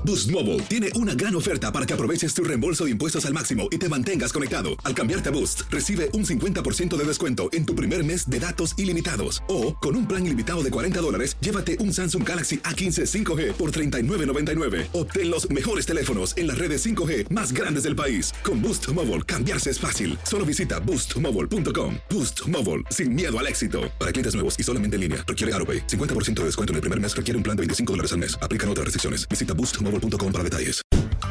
Boost Mobile tiene una gran oferta para que aproveches tu reembolso de impuestos al máximo y te mantengas conectado. Al cambiarte a Boost, recibe un 50% de descuento en tu primer mes de datos ilimitados. O, con un plan ilimitado de $40, llévate un Samsung Galaxy A15 5G por $39.99. Obtén los mejores teléfonos en las redes 5G más grandes del país. Con Boost Mobile, cambiarse es fácil. Solo visita boostmobile.com. Boost Mobile, sin miedo al éxito. Para clientes nuevos y solamente en línea, requiere AroPay. 50% de descuento en el primer mes requiere un plan de $25 al mes. Aplican otras restricciones. Visita boostmobile.com para detalles.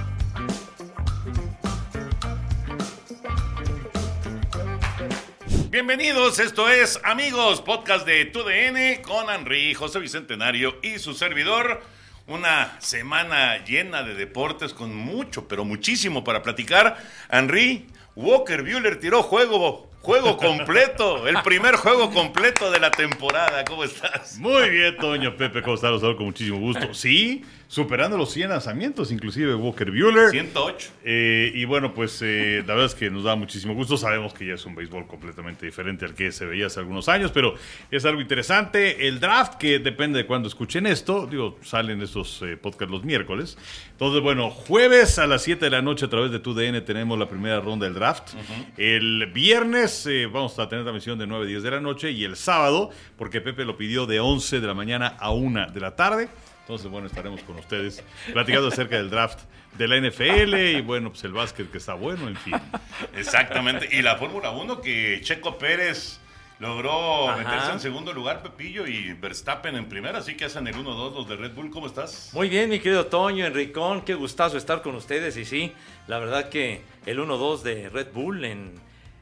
Bienvenidos, esto es Amigos, podcast de TUDN con Henry, José Bicentenario y su servidor. Una semana llena de deportes con mucho, pero muchísimo para platicar. Henry, Walker Buehler tiró juego completo, el primer juego completo de la temporada. ¿Cómo estás? Muy bien, Toño. Pepe, ¿cómo estás? Los saludo con muchísimo gusto. Sí, superando los 100 lanzamientos, inclusive Walker Buehler. 108. Y bueno, pues la verdad es que nos da muchísimo gusto. Sabemos que ya es un béisbol completamente diferente al que se veía hace algunos años, pero es algo interesante. El draft, que depende de cuándo escuchen esto, salen estos podcasts los miércoles. Entonces, bueno, jueves a las 7 de la noche a través de TUDN tenemos la primera ronda del draft. El viernes vamos a tener transmisión de 9 a 10 de la noche y el sábado, porque Pepe lo pidió, de 11 de la mañana a 1 de la tarde. Entonces, bueno, estaremos con ustedes platicando acerca del draft de la NFL y, bueno, pues el básquet que está bueno, en fin. Exactamente. Y la Fórmula 1 que Checo Pérez logró meterse en segundo lugar, Pepillo, y Verstappen en primera, así que hacen el 1-2 los de Red Bull. ¿Cómo estás? Muy bien, mi querido Toño, Enricón, qué gustazo estar con ustedes. Y sí, la verdad que el 1-2 de Red Bull en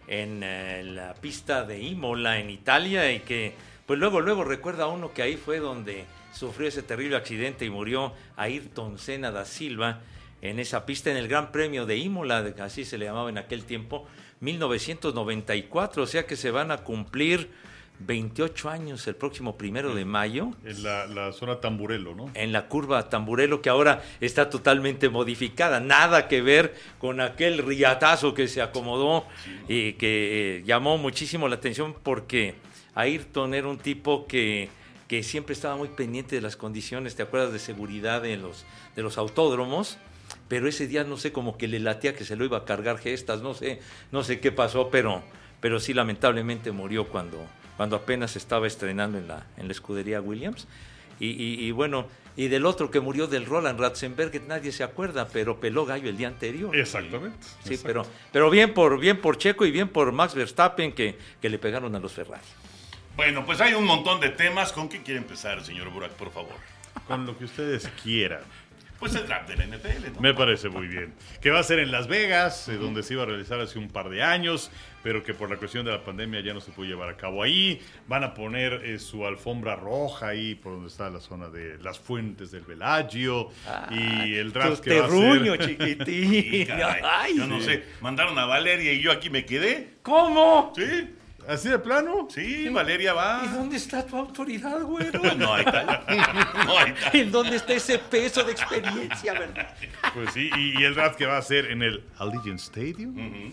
la pista de Imola, en Italia, y que pues luego recuerda uno que ahí fue donde sufrió ese terrible accidente y murió Ayrton Senna da Silva en esa pista, en el Gran Premio de Imola, así se le llamaba en aquel tiempo, 1994, o sea que se van a cumplir 28 años el próximo 1 de mayo. En la zona Tamburello, ¿no? En la curva Tamburello, que ahora está totalmente modificada, nada que ver con aquel riatazo que se acomodó y que llamó muchísimo la atención, porque Ayrton era un tipo que siempre estaba muy pendiente de las condiciones, ¿te acuerdas?, de seguridad de los autódromos, pero ese día no sé, como que le latía que se lo iba a cargar gestas, no sé qué pasó, pero sí lamentablemente murió cuando apenas estaba estrenando en la escudería Williams. Y bueno, y del otro que murió, del Roland Ratzenberger, nadie se acuerda, pero peló gallo el día anterior. Exactamente. Sí, exacto. Pero bien por Checo y bien por Max Verstappen, que le pegaron a los Ferrari. Bueno, pues hay un montón de temas. ¿Con qué quiere empezar, señor Burak, por favor? Con lo que ustedes quieran. Pues el draft de la NFL, ¿no? Me parece muy bien. Que va a ser en Las Vegas, donde se iba a realizar hace un par de años, pero que por la cuestión de la pandemia ya no se pudo llevar a cabo ahí. Van a poner su alfombra roja ahí, por donde está la zona de las fuentes del Bellagio. Y el draft que va a ser... chiquitín. Sí, yo no sé. Mandaron a Valeria y yo aquí me quedé. ¿Cómo? Sí. ¿Así de plano? Sí, Valeria va. ¿Y dónde está tu autoridad, güero? No hay tal. ¿En dónde está ese peso de experiencia, verdad? Pues sí, y el draft que va a ser en el Allegiant Stadium.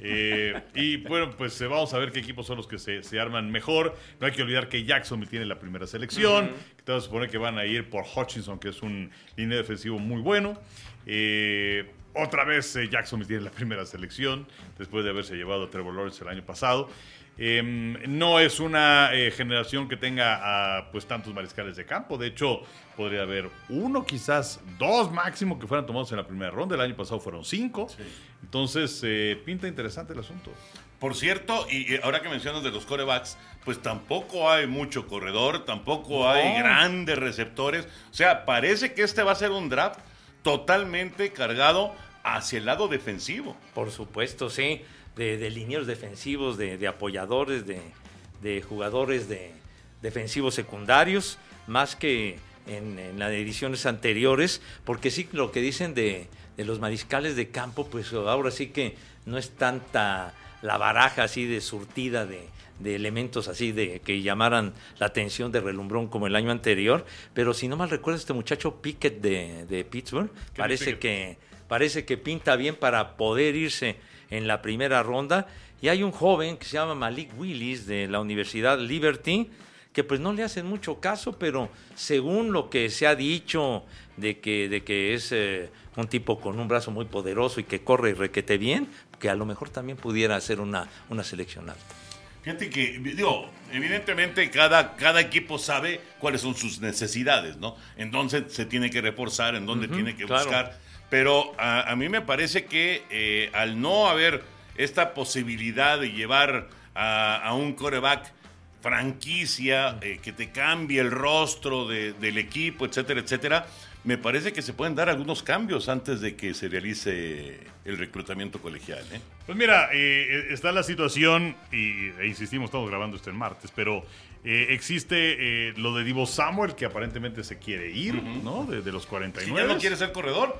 Y bueno, pues vamos a ver qué equipos son los que se arman mejor. No hay que olvidar que Jacksonville tiene la primera selección. Que se supone que van a ir por Hutchinson, que es un línea defensivo muy bueno. Otra vez Jacksonville tiene la primera selección, después de haberse llevado a Trevor Lawrence el año pasado. No es una generación que tenga pues tantos mariscales de campo. De hecho, podría haber uno, quizás dos máximo, que fueran tomados en la primera ronda. El año pasado fueron 5. Sí. Entonces, pinta interesante el asunto. Por cierto, y ahora que mencionas de los quarterbacks, pues tampoco hay mucho corredor, tampoco hay grandes receptores. O sea, parece que este va a ser un draft totalmente cargado hacia el lado defensivo. Por supuesto, sí. De linieros defensivos, de apoyadores, de jugadores defensivos secundarios, más que en las ediciones anteriores, porque sí, lo que dicen de los mariscales de campo, pues ahora sí que no es tanta la baraja así de surtida de elementos así de que llamaran la atención de relumbrón como el año anterior, pero si no mal recuerdo, este muchacho Pickett de Pittsburgh parece que pinta bien para poder irse en la primera ronda. Y hay un joven que se llama Malik Willis de la Universidad Liberty, que pues no le hacen mucho caso, pero según lo que se ha dicho de que es un tipo con un brazo muy poderoso y que corre requete bien, que a lo mejor también pudiera hacer una selección alta. Fíjate que, digo, evidentemente cada equipo sabe cuáles son sus necesidades, ¿no? En dónde se tiene que reforzar, en dónde tiene que buscar. Pero a mí me parece que al no haber esta posibilidad de llevar a un quarterback franquicia, que te cambie el rostro del equipo, etcétera, etcétera, me parece que se pueden dar algunos cambios antes de que se realice el reclutamiento colegial, ¿eh? Pues mira, está la situación, e insistimos, estamos grabando esto en martes, pero existe lo de Divo Samuel, que aparentemente se quiere ir, ¿no? De los 49. ¿Ya no quiere ser corredor?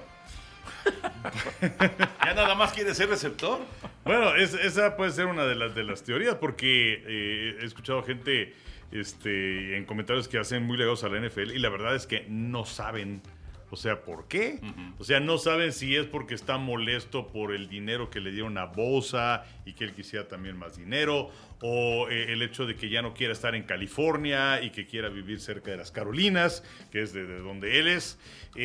¿Ya nada más quiere ser receptor? Bueno, esa puede ser una de las teorías, porque he escuchado gente en comentarios que hacen muy legados a la NFL, y la verdad es que no saben, o sea, ¿por qué? O sea, no saben si es porque está molesto por el dinero que le dieron a Bosa y que él quisiera también más dinero, o el hecho de que ya no quiera estar en California y que quiera vivir cerca de las Carolinas, que es de donde él es.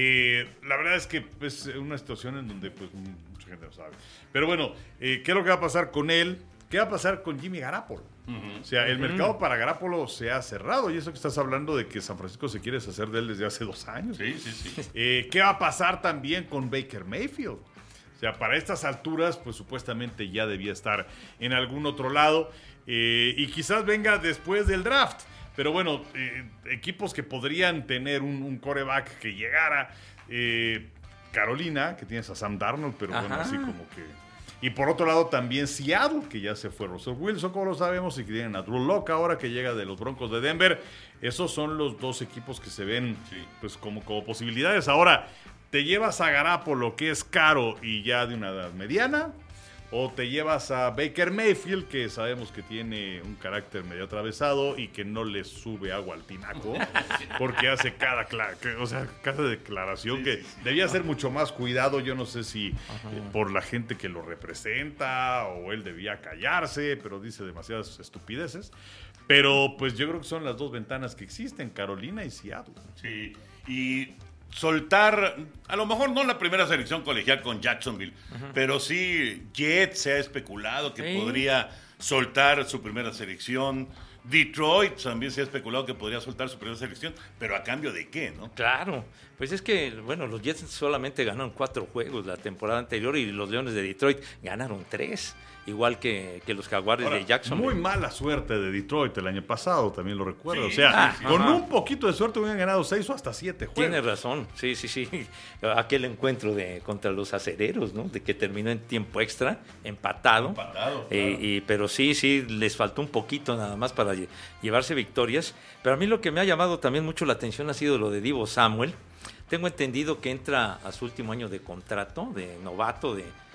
La verdad es que es una situación en donde pues mucha gente no sabe. Pero bueno, ¿qué es lo que va a pasar con él? ¿Qué va a pasar con Jimmy Garoppolo? O sea, el mercado para Garoppolo se ha cerrado, y eso que estás hablando de que San Francisco se quiere deshacer de él desde hace 2 años. Sí. ¿Qué va a pasar también con Baker Mayfield? O sea, para estas alturas, pues supuestamente ya debía estar en algún otro lado, y quizás venga después del draft. Pero bueno, equipos que podrían tener un quarterback que llegara. Carolina, que tienes a Sam Darnold, pero bueno, así como que... Y por otro lado también Seattle, que ya se fue Russell Wilson, como lo sabemos, y que tienen a Drew Lock ahora, que llega de los Broncos de Denver. Esos son los 2 equipos que se ven pues como posibilidades. Ahora, ¿te llevas a Garoppolo, que es caro y ya de una edad mediana? ¿O te llevas a Baker Mayfield, que sabemos que tiene un carácter medio atravesado y que no le sube agua al tinaco? Porque hace cada declaración que debía ser mucho más cuidado. Yo no sé si por la gente que lo representa o él debía callarse, pero dice demasiadas estupideces. Pero pues yo creo que son las 2 ventanas que existen, Carolina y Seattle. Sí, y soltar, a lo mejor no la primera selección colegial con Jacksonville, pero sí Jet se ha especulado que podría soltar su primera selección. Detroit también se ha especulado que podría soltar su primera selección, pero ¿a cambio de qué, no? Claro, pues es que, bueno, los Jets solamente ganaron 4 juegos la temporada anterior y los Leones de Detroit ganaron 3. Igual que los Jaguares de Jacksonville. Muy mala suerte de Detroit el año pasado, también lo recuerdo. O sea, con un poquito de suerte hubieran ganado 6 o hasta 7 juegos. Tienes razón, sí. Aquel encuentro contra los Acereros, ¿no? De que terminó en tiempo extra, empatado. Claro. Pero sí, les faltó un poquito nada más para llevarse victorias. Pero a mí lo que me ha llamado también mucho la atención ha sido lo de Divo Samuel. Tengo entendido que entra a su último año de contrato, de novato,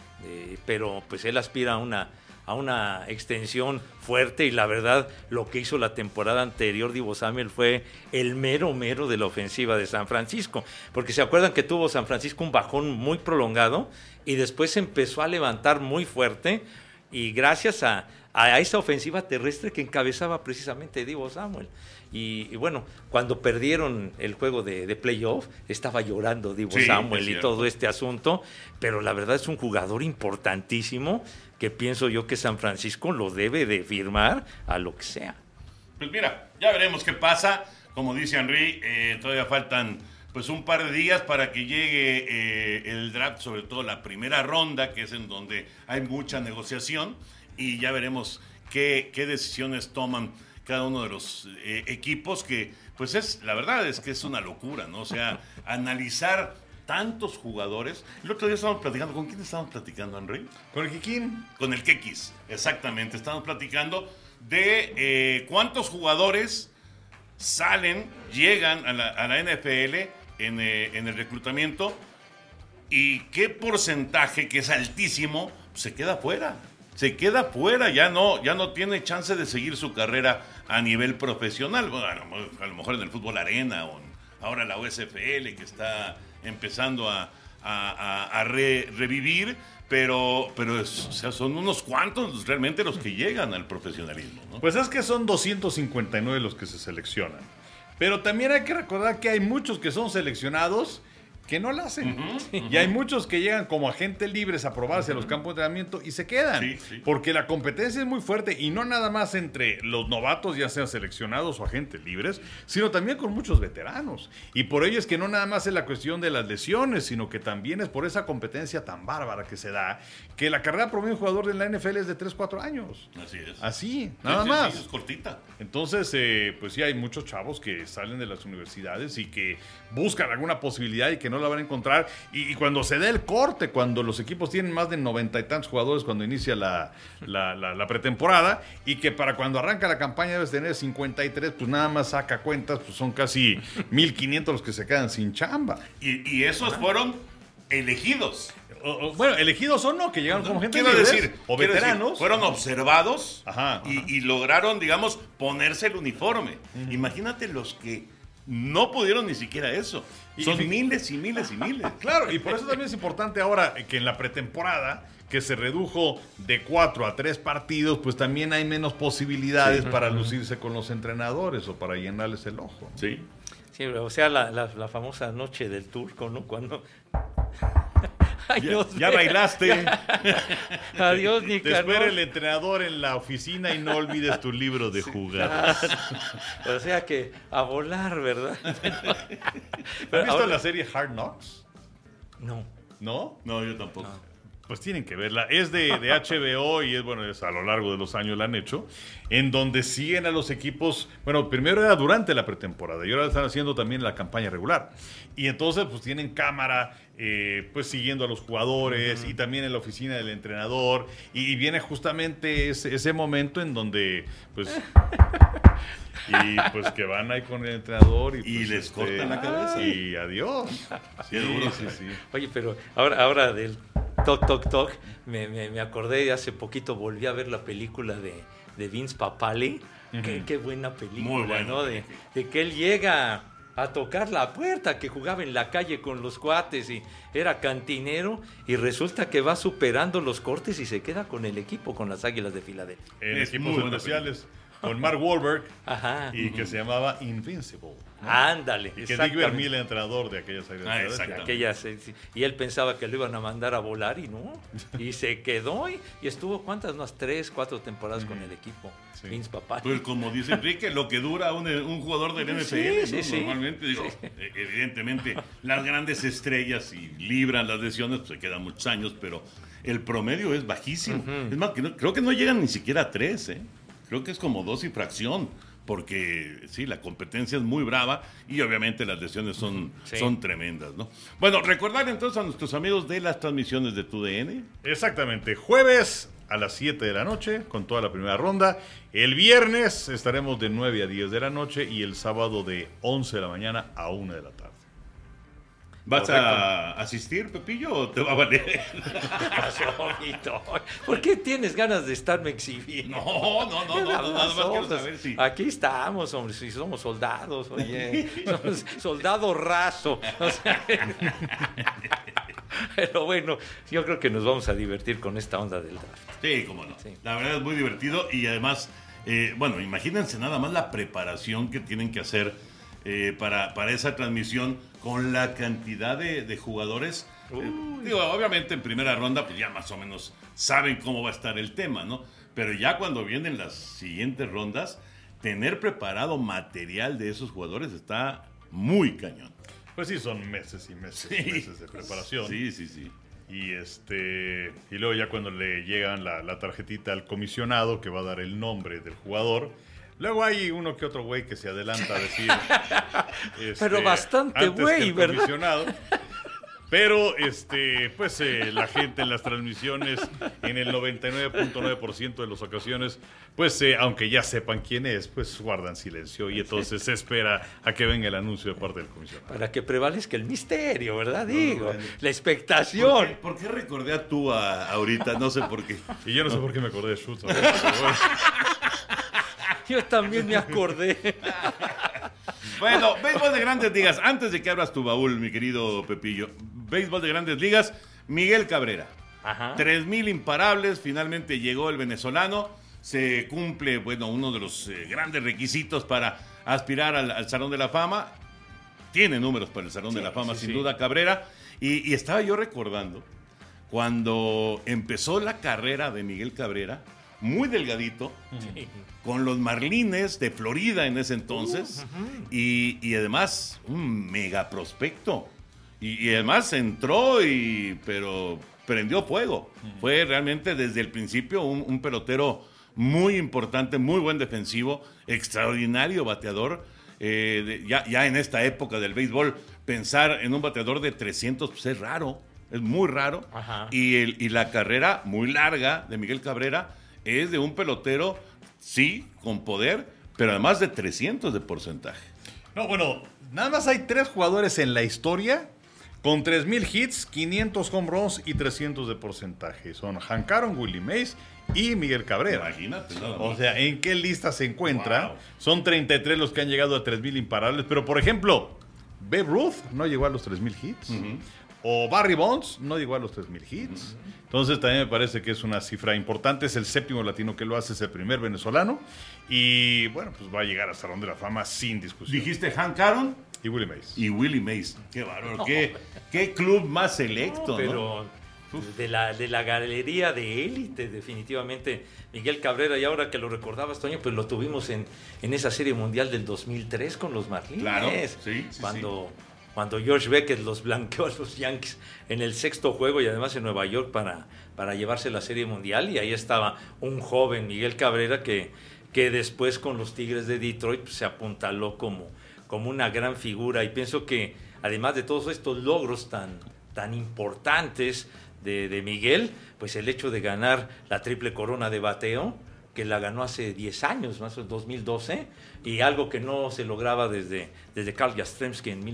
pero pues él aspira a una extensión fuerte, y la verdad lo que hizo la temporada anterior Divo Samuel fue el mero de la ofensiva de San Francisco, porque se acuerdan que tuvo San Francisco un bajón muy prolongado y después empezó a levantar muy fuerte, y gracias a esa ofensiva terrestre que encabezaba precisamente Divo Samuel. Y bueno, cuando perdieron el juego de playoff, estaba llorando Divo Samuel y todo este asunto, pero la verdad es un jugador importantísimo que pienso yo que San Francisco lo debe de firmar a lo que sea. Pues mira, ya veremos qué pasa. Como dice Henry, todavía faltan pues un par de días para que llegue el draft, sobre todo la primera ronda, que es en donde hay mucha negociación, y ya veremos qué decisiones toman cada uno de los equipos, que pues la verdad es que es una locura, ¿no? O sea, analizar tantos jugadores. El otro día estábamos platicando, ¿con quién estábamos platicando, Henry? Con el Kikín. Con el Kekis, exactamente. Estábamos platicando de cuántos jugadores llegan a la NFL en el reclutamiento, y qué porcentaje, que es altísimo, se queda fuera. Ya no tiene chance de seguir su carrera a nivel profesional. Bueno, a lo mejor en el fútbol arena, o ahora la USFL, que está empezando a revivir, pero o sea, son unos cuantos realmente los que llegan al profesionalismo, ¿no? Pues es que son 259 los que se seleccionan, pero también hay que recordar que hay muchos que son seleccionados que no la hacen. Y hay muchos que llegan como agentes libres a probarse a los campos de entrenamiento y se quedan. Sí. Porque la competencia es muy fuerte y no nada más entre los novatos, ya sean seleccionados o agentes libres, sino también con muchos veteranos. Y por ello es que no nada más es la cuestión de las lesiones, sino que también es por esa competencia tan bárbara que se da, que la carrera promedio de un jugador de la NFL es de 3-4 años. Así es. Así, nada más. Sí, es cortita. Entonces, pues sí, hay muchos chavos que salen de las universidades y que buscan alguna posibilidad y que no la van a encontrar. Y cuando se dé el corte, cuando los equipos tienen más de 90 y tantos jugadores cuando inicia la pretemporada, y que para cuando arranca la campaña debes tener 53, pues nada más saca cuentas, pues son casi 1,500 los que se quedan sin chamba. Y esos fueron elegidos. Bueno, elegidos o no, que llegaron como gente Quiero libres, decir, o veteranos. decir, fueron observados. Ajá. Y lograron, digamos, ponerse el uniforme. Imagínate los que no pudieron ni siquiera eso. Son miles y miles y miles. Claro, y por eso también es importante ahora que en la pretemporada, que se redujo de 4 a 3 partidos, pues también hay menos posibilidades para lucirse con los entrenadores o para llenarles el ojo. Sí. Sí, o sea, la famosa noche del turco, ¿no? Cuando... Ay, Ya bailaste. Adiós, Te Nicanor. espera el entrenador en la oficina y no olvides tu libro de jugadas. O sea que a volar, ¿verdad? ¿Has visto la serie Hard Knocks? No. ¿No? No, yo tampoco. Pues tienen que verla. Es de HBO y es a lo largo de los años la han hecho, en donde siguen a los equipos. Bueno, primero era durante la pretemporada y ahora lo están haciendo también en la campaña regular. Y entonces pues tienen cámara, pues siguiendo a los jugadores y también en la oficina del entrenador. Y viene justamente ese momento en donde pues... Y pues que van ahí con el entrenador y pues, les cortan la cabeza. Y adiós. Qué duro. Sí. Oye, pero ahora del toc, me acordé de hace poquito, volví a ver la película de Vince Papale. Qué buena película, Muy buena. ¿no? De que él llega a tocar la puerta, que jugaba en la calle con los cuates y era cantinero, y resulta que va superando los cortes y se queda con el equipo, con las Águilas de Filadelfia. En Es equipos muy buena especiales con Mark Wahlberg. Ajá. Y que se llamaba Invincible. Ándale. Y que Dick Vermeil, el entrenador de aquellas áreas. Ah, exacto. Y él pensaba que lo iban a mandar a volar y no. Y se quedó y estuvo, ¿cuántas? Unas 3, 4 temporadas con el equipo. Sí. Vince Papale. Pues como dice Enrique, lo que dura un jugador del NFL, ¿no? sí. Normalmente, digo, evidentemente, las grandes estrellas, si libran las lesiones, pues se quedan muchos años, pero el promedio es bajísimo. Es más, creo que no llegan ni siquiera a 3, ¿eh? Creo que es como 2 y fracción, porque sí, la competencia es muy brava y obviamente las lesiones son tremendas, ¿no? Bueno, recordar entonces a nuestros amigos de las transmisiones de TUDN. Exactamente, jueves a las 7 de la noche con toda la primera ronda. El viernes estaremos de 9 a 10 de la noche y el sábado de 11 de la mañana a 1 de la tarde. ¿Vas a asistir, Pepillo, o te va a valer? ¿Qué pasó, Vito? ¿Por qué tienes ganas de estarme exhibiendo? No, nada más quiero saber si... Aquí estamos, hombre, si somos soldados, oye, somos soldado raso. O sea, pero bueno, yo creo que nos vamos a divertir con esta onda del draft. Sí, cómo no. Sí. La verdad es muy divertido y además, bueno, imagínense nada más la preparación que tienen que hacer para esa transmisión con la cantidad de jugadores. Digo, obviamente en primera ronda pues ya más o menos saben cómo va a estar el tema, ¿no? Pero ya cuando vienen las siguientes rondas, tener preparado material de esos jugadores está muy cañón. Pues sí, son meses y meses de preparación. Sí. Y luego ya cuando le llegan la tarjetita al comisionado que va a dar el nombre del jugador, luego hay uno que otro güey que se adelanta a decir... Pero bastante güey, ¿verdad? Comisionado. Pero, pues la gente en las transmisiones, en el 99.9% de las ocasiones, pues aunque ya sepan quién es, pues guardan silencio y entonces se espera a que venga el anuncio de parte del comisionado. Para que prevalezca el misterio, ¿verdad? Digo, la expectación. ¿Por qué recordé a tú ahorita? No sé por qué. Y yo no sé por qué me acordé de Schultz. Yo también me acordé. Bueno, béisbol de Grandes Ligas. Antes de que abras tu baúl, mi querido Pepillo. Béisbol de Grandes Ligas, Miguel Cabrera. Ajá. 3,000 imparables, finalmente llegó el venezolano. Se cumple, bueno, uno de los grandes requisitos para aspirar al Salón de la Fama. tiene números para el Salón de la Fama, sin duda, Cabrera. Y estaba yo recordando cuando empezó la carrera de Miguel Cabrera, muy delgadito, con los Marlines de Florida en ese entonces, y además un mega prospecto. Y además entró, pero prendió fuego. Fue realmente desde el principio un pelotero muy importante, muy buen defensivo, extraordinario bateador. Ya en esta época del béisbol, pensar en un bateador de 300 pues es raro, es muy raro. Y la carrera muy larga de Miguel Cabrera es de un pelotero, sí, con poder, pero además de 300 de porcentaje. No, bueno, nada más hay 3 jugadores en la historia con 3,000 hits, 500 home runs y 300 de porcentaje. Son Hank Aaron, Willie Mays y Miguel Cabrera. Imagínate. O sea, ¿en qué lista se encuentra? Wow. Son 33 los que han llegado a 3,000 imparables. Pero, por ejemplo, Babe Ruth no llegó a los 3,000 hits. O Barry Bonds no llegó a los 3,000 hits. Entonces, también me parece que es una cifra importante. Es el 7º latino que lo hace, es el primer venezolano. Y, bueno, pues va a llegar al Salón de la Fama sin discusión. Dijiste Hank Aaron Y Willie Mays. y Willie Mays. Qué bárbaro. Qué club más selecto, pero de la galería de élite, definitivamente, Miguel Cabrera. Y ahora que lo recordabas, Toño, pues lo tuvimos en esa Serie Mundial del 2003 con los Marlins. Claro, sí. Cuando George Beckett los blanqueó a los Yankees en el 6º juego y además en Nueva York para llevarse la Serie Mundial. Y ahí estaba un joven Miguel Cabrera que después con los Tigres de Detroit pues, se apuntaló como una gran figura. Y pienso que además de todos estos logros tan importantes de Miguel, pues el hecho de ganar la triple corona de bateo, que la ganó hace 10 años, más o menos 2012, y algo que no se lograba desde Carl Yastrzemski en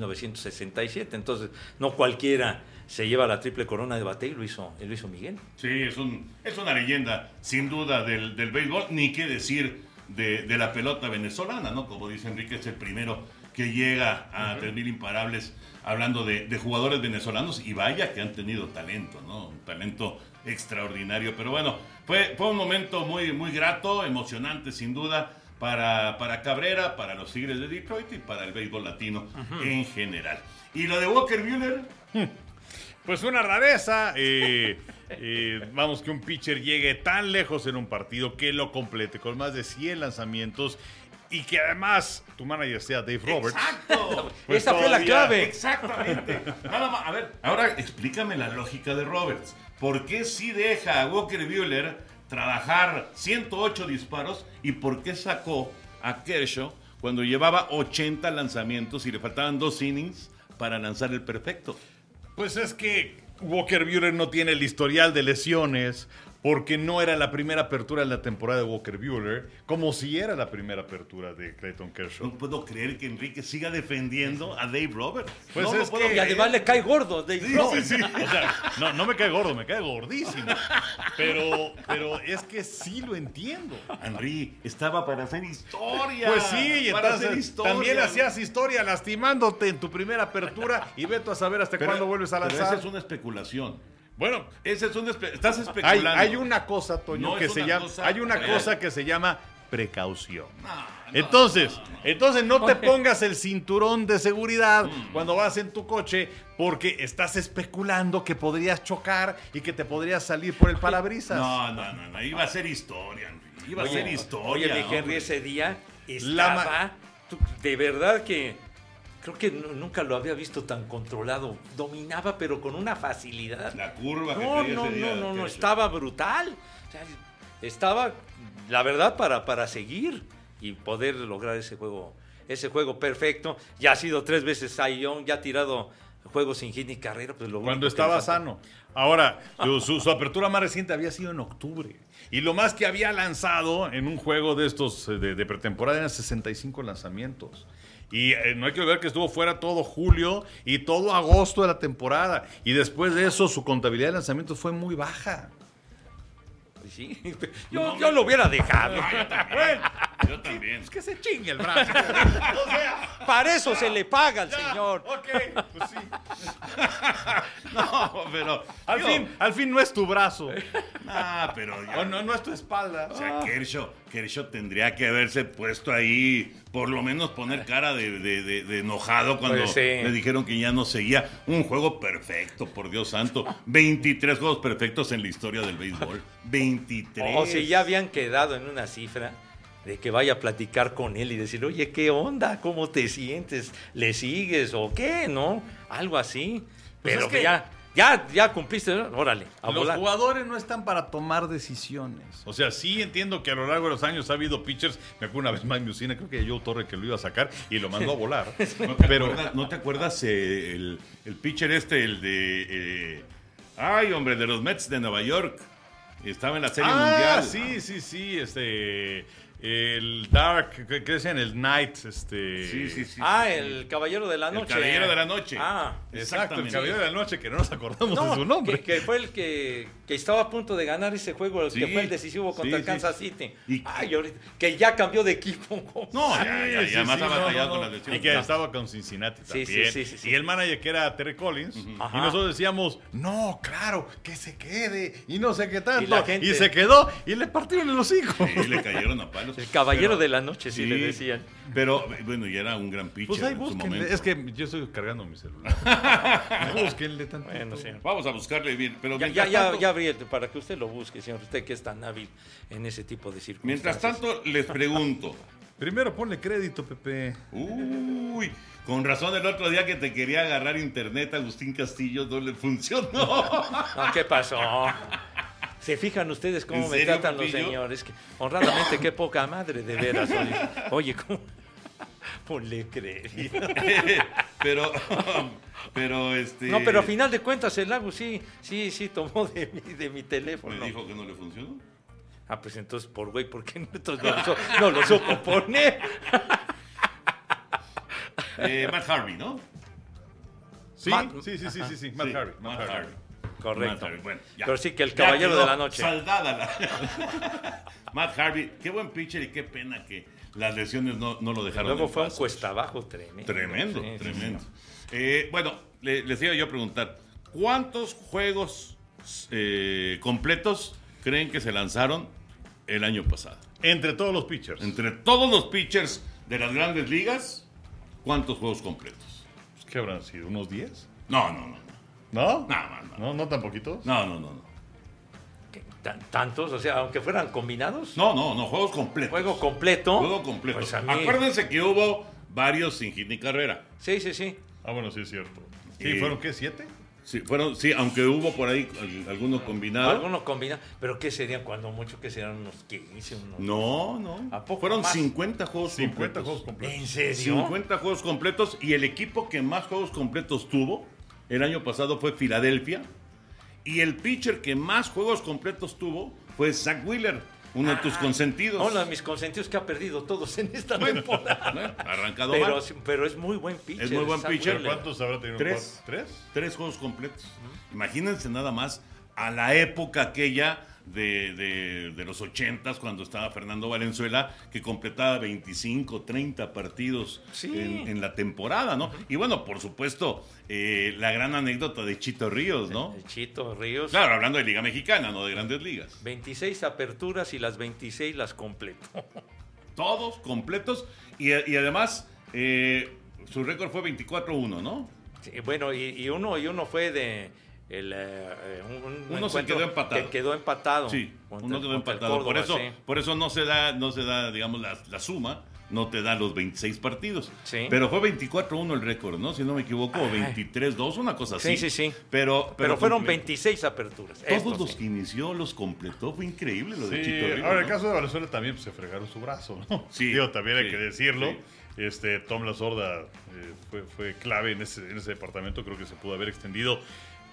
1967. Entonces, no cualquiera se lleva la triple corona de bateo y lo hizo Miguel. Sí, es una leyenda, sin duda, del béisbol, ni qué decir de la pelota venezolana, ¿no? Como dice Enrique, es el primero que llega a 3,000 imparables, hablando de jugadores venezolanos, y vaya que han tenido talento, ¿no? Un talento extraordinario. Pero bueno, fue un momento muy, muy grato, emocionante, sin duda, para Cabrera, para los Tigres de Detroit y para el béisbol latino en general. ¿Y lo de Walker Buehler? Pues una rareza. Vamos, que un pitcher llegue tan lejos en un partido, que lo complete con más de 100 lanzamientos y que además tu manager sea Dave Roberts. ¡Exacto! Pues esa fue la clave. Exactamente. Nada más, a ver, ahora explícame la lógica de Roberts. ¿Por qué sí deja a Walker Buehler trabajar 108 disparos y por qué sacó a Kershaw cuando llevaba 80 lanzamientos y le faltaban 2 innings para lanzar el perfecto? Pues es que Walker Buehler no tiene el historial de lesiones, porque no era la primera apertura de la temporada de Walker Buehler, como si era la primera apertura de Clayton Kershaw. No puedo creer que Enrique siga defendiendo a Dave Roberts. Pues no es lo puedo que- Y además le cae gordo Dave Roberts. Sí. O sea, no me cae gordo, me cae gordísimo. Pero es que sí lo entiendo. Henry, estaba para hacer historia. Pues sí, y para hacer entonces historia. también hacías historia lastimándote en tu primera apertura y veto a saber hasta cuándo vuelves a Pero lanzar. esa es una especulación. Bueno, Estás especulando. hay una cosa, Toño, No que es se una llama, cosa hay una real. cosa que se llama precaución. Entonces no te pongas el cinturón de seguridad cuando vas en tu coche, porque estás especulando que podrías chocar y que te podrías salir por el parabrisas. No. Iba a ser historia, Henry. Iba a ser historia. Oye, mi Henry, hombre. ese día estaba, de verdad que creo que nunca lo había visto tan controlado. Dominaba, pero con una facilidad. La curva que No, traía ese día. no, estaba brutal. O sea, estaba, la verdad, para seguir y poder lograr ese juego perfecto. Ya ha sido 3 veces Cy Young, ya ha tirado juegos sin hit ni carrera. Pues lo Cuando único que estaba le falta- sano. Ahora, su apertura más reciente había sido en octubre. Y lo más que había lanzado en un juego de estos de pretemporada eran 65 lanzamientos. Y no hay que olvidar que estuvo fuera todo julio y todo agosto de la temporada. Y después de eso, su contabilidad de lanzamientos fue muy baja. Sí, yo lo hubiera dejado. Bueno, Yo también. Pues que se chingue el brazo. O sea, Para eso se le paga al señor. ok, pues sí. No, pero... Al fin no es tu brazo. Ah, pero... O no es tu espalda. O sea, Kershaw tendría que haberse puesto ahí, por lo menos poner cara de enojado cuando Pues sí. le dijeron que ya no seguía. Un juego perfecto, por Dios santo. 23 juegos perfectos en la historia del béisbol. 23. O si ya habían quedado en una cifra de que vaya a platicar con él y decir, oye, ¿qué onda? ¿Cómo te sientes? ¿Le sigues o qué? ¿No? Algo así. Pues Pero es que- ya cumpliste, ¿no? Órale, a Los volar. jugadores no están para tomar decisiones. O sea, sí entiendo que a lo largo de los años ha habido pitchers. Me acuerdo una vez Mike Mussina, creo que Joe Torre que lo iba a sacar y lo mandó a volar. ¿No te acuerdas el pitcher el de... ay, hombre, de los Mets de Nueva York? Estaba en la Serie Mundial. Sí, el Dark, ¿qué decían? El Night, Sí. El Caballero de la Noche. El Caballero de la Noche. Ah, Exacto, el Exactamente. Caballero de la Noche, que no nos acordamos de su nombre. que fue el que estaba a punto de ganar ese juego, el Sí, que fue el decisivo contra sí, Kansas City. Y- Ay, ahorita, que ya cambió de equipo. No, ya más ha batallado no. con las lesiones. Y que estaba con Cincinnati Sí, también. sí. Y el manager que era Terry Collins. Ajá. Y nosotros decíamos, no, claro, que se quede. Y no sé qué tanto. Y la gente- Y se quedó y le partieron el hocico. Sí, le cayeron a palos. El Caballero Pero- de la Noche, sí le decían. Pero, bueno, y era un gran pitcher Pues ahí en su búsquenle. momento. Es que yo estoy cargando mi celular. Búsquenle tantito. Bueno, sí. Vamos a buscarle bien. Pero Ya abrí para que usted lo busque, señor. Usted que es tan hábil en ese tipo de circunstancias. mientras tanto, les pregunto. Primero ponle crédito, Pepe. Uy, con razón el otro día que te quería agarrar internet, Agustín Castillo, no le funcionó. No, ¿qué pasó? ¿Se fijan ustedes cómo ¿En me serio, tratan los Pepillo? señores? Que, honradamente, qué poca madre, de veras. Oye, ¿cómo? Ponle crédito. pero, No, pero a final de cuentas el Agus sí tomó de mi teléfono. me dijo que no le funcionó. Ah, pues entonces, por güey, ¿por qué no lo supo poner? Matt Harvey, ¿no? Sí, Matt- sí. Matt Sí, Harvey. Matt Harvey. Correcto. Matt Harvey, bueno, ya. Pero sí que el Ya Caballero quedó de la Noche. Saldada la... Matt Harvey, qué buen pitcher y qué pena que las lesiones no lo dejaron. Luego en fue un paz. cuesta abajo tremendo. Tremendo, Sí, tremendo. Bueno, les iba yo a preguntar, ¿cuántos juegos completos creen que se lanzaron el año pasado? Entre todos los pitchers. Entre todos los pitchers de las grandes ligas, ¿cuántos juegos completos? ¿Qué habrán sido? ¿Unos 10? No. ¿No? No. ¿No tan poquitos? No. ¿Qué? ¿Tantos? O sea, aunque fueran combinados. No, juegos completos. Juego completo. Juego completo. Pues a mí- Acuérdense que hubo varios sin hit ni carrera. Sí. Ah, bueno, sí es cierto. ¿Y fueron qué? ¿7? Sí, aunque hubo por ahí algunos combinados. Algunos combinan. ¿Pero qué serían cuando mucho? ¿Qué serían unos 15? No. ¿A poco Fueron más? 50 juegos 50 completos. juegos completos. ¿En serio? 50 juegos completos y el equipo que más juegos completos tuvo el año pasado fue Filadelfia y el pitcher que más juegos completos tuvo fue Zach Wheeler, uno de tus consentidos. Uno de mis consentidos que ha perdido todos en esta temporada. Arrancado Pero, mal. pero es muy buen pitcher. Es muy buen Zach pitcher. Wheeler. ¿Cuántos habrá tenido? Tres. ¿Tres? 3 juegos completos. Imagínense nada más a la época aquella de los 80s cuando estaba Fernando Valenzuela que completaba 25, 30 partidos Sí. en la temporada, ¿no? Y bueno, por supuesto, la gran anécdota de Chito Ríos, ¿no? El Chito Ríos. Claro, hablando de Liga Mexicana, no de Grandes Ligas. 26 aperturas y las 26 las completo. Todos completos y además su récord fue 24-1, ¿no? Sí, bueno, y uno fue de un Uno se encuentro quedó empatado. que quedó empatado. Sí, contra- uno quedó contra el empatado. Córdoba, sí. Por eso no se da, digamos, la suma, no te da los 26 partidos. Sí. Pero fue 24-1 el récord, ¿no? Si no me equivoco, o 23-2, una cosa así. Sí. Pero Pero fueron completo. 26 aperturas. Todos Esto los sí. que inició los completó, fue increíble lo de Sí, Chito Ríos. ahora, ¿no? el caso de Valenzuela también pues, se fregaron su brazo, ¿no? Sí, Digo, también hay sí, que decirlo. sí. Tom La Sorda fue clave en ese departamento, creo que se pudo haber extendido.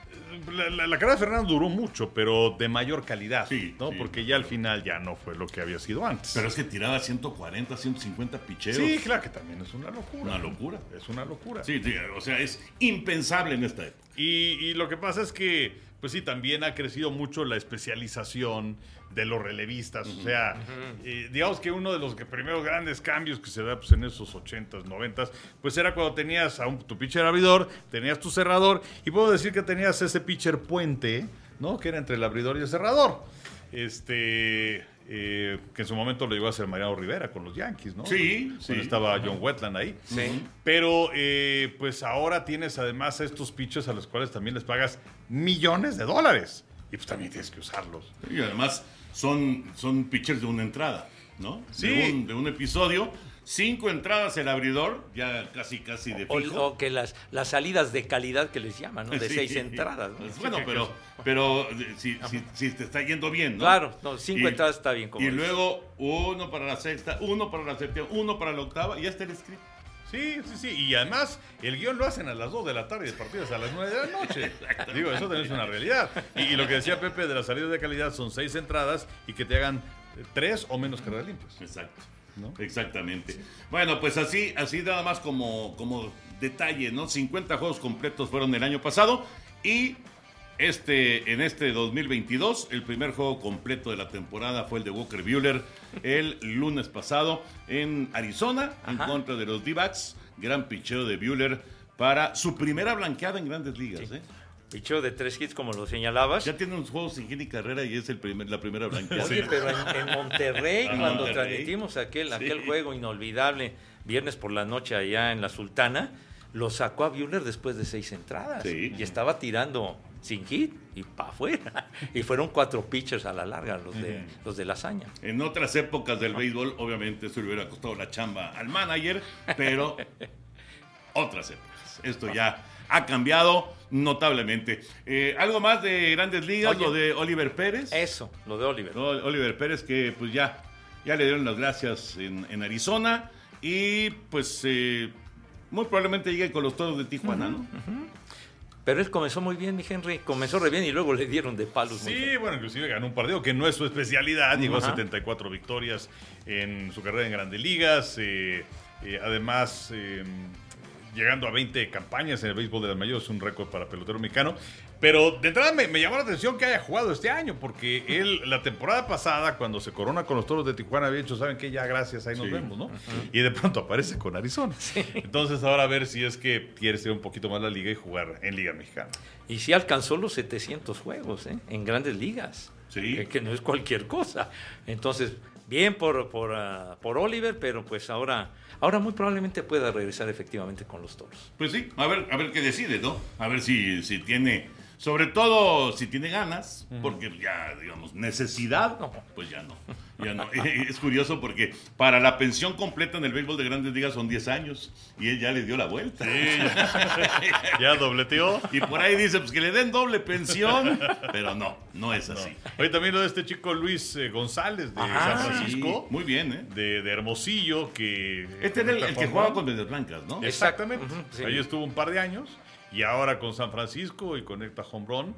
La carrera de Fernando duró mucho, pero de mayor calidad, Sí, ¿no? sí, Porque ya al final ya no fue lo que había sido antes. Pero es que tiraba 140, 150 picheos. sí, claro que también es una locura. Una locura. Es una locura. Sí, o sea, es impensable en esta época. Y lo que pasa es que, pues sí, también ha crecido mucho la especialización de los relevistas. O sea, digamos que uno de los primeros grandes cambios que se da pues, en esos 80s, 90s, pues era cuando tenías a tu pitcher abridor, tenías tu cerrador, y puedo decir que tenías ese pitcher puente, ¿no? Que era entre el abridor y el cerrador. Que en su momento lo llegó a hacer Mariano Rivera con los Yankees, ¿no? Sí, Cuando sí. estaba John Wetland ahí. Sí. Pero pues ahora tienes además a estos pitchers a los cuales también les pagas millones de dólares. Y pues también tienes que usarlos. Y además son pitchers de una entrada, ¿no? Sí. De un episodio. 5 entradas el abridor, ya casi de fijo. O que las salidas de calidad que les llaman, ¿no? De Sí. 6 entradas, ¿no? Pues bueno, pero si te está yendo bien, ¿no? Claro, no, 5 entradas está bien. Como y dices. luego 1 para la sexta, 1 para la séptima, 1 para la octava, y ya está el script. Sí. Y además, el guión lo hacen a las 2 de la tarde y el partido es a las 9 de la noche. Digo, eso también es una realidad. Y lo que decía Pepe de las salidas de calidad son 6 entradas y que te hagan 3 o menos carreras limpias. Exacto. ¿No? Exactamente. Bueno, pues así nada más como detalle, ¿no? 50 juegos completos fueron el año pasado y en este 2022 el primer juego completo de la temporada fue el de Walker Buehler el lunes pasado en Arizona en contra de los D-backs. Gran picheo de Buehler para su primera blanqueada en Grandes Ligas, ¿eh? Picheo de 3 hits, como lo señalabas. Ya tiene unos juegos sin hit ni carrera y es la primera blanqueada. Oye, pero en Monterrey, En cuando Monterrey. transmitimos aquel juego inolvidable, viernes por la noche allá en la Sultana, lo sacó a Buehler después de 6 entradas. Sí. Y estaba tirando sin hit y para afuera. Y fueron 4 pitchers a la larga, los de la hazaña. En otras épocas del béisbol, obviamente eso le hubiera costado la chamba al manager, pero otras épocas. Esto ya ha cambiado notablemente. ¿Algo más de Grandes Ligas? Oye, lo de Oliver Pérez. Eso, lo de Oliver. No, Oliver Pérez que pues ya le dieron las gracias en Arizona y pues muy probablemente llegue con los Toros de Tijuana, ¿no? Pero él comenzó muy bien, mi Henry. Comenzó re bien y luego le dieron de palos. muy Sí, feos. bueno, inclusive ganó un partido que no es su especialidad. Llegó a 74 victorias en su carrera en Grandes Ligas. Además, llegando a 20 campañas en el béisbol de las mayores, es un récord para pelotero mexicano. Pero de entrada me llamó la atención que haya jugado este año, porque él la temporada pasada, cuando se corona con los Toros de Tijuana, había dicho, ¿saben qué? Ya gracias, ahí nos vemos, ¿no? Y de pronto aparece con Arizona. Entonces ahora a ver si es que quiere ser un poquito más la liga y jugar en Liga Mexicana. Y sí alcanzó los 700 juegos, en Grandes Ligas. Sí. Que no es cualquier cosa. Entonces, bien por Oliver, pero pues ahora muy probablemente pueda regresar efectivamente con los Toros. Pues sí, a ver qué decide, ¿no? A ver si tiene, sobre todo si tiene ganas, porque ya, digamos, necesidad, pues ya no. Es curioso porque para la pensión completa en el béisbol de Grandes Ligas son 10 años y él ya le dio la vuelta. Sí, ya dobleteó. Y por ahí dice, pues que le den doble pensión, pero no es así. Oye, también lo de este chico Luis González de San Francisco. Sí, muy bien, ¿eh? De Hermosillo, que... Este era el que jugaba con Medias Blancas, ¿no? Exactamente. Sí. Ahí estuvo un par de años y ahora con San Francisco y conecta home run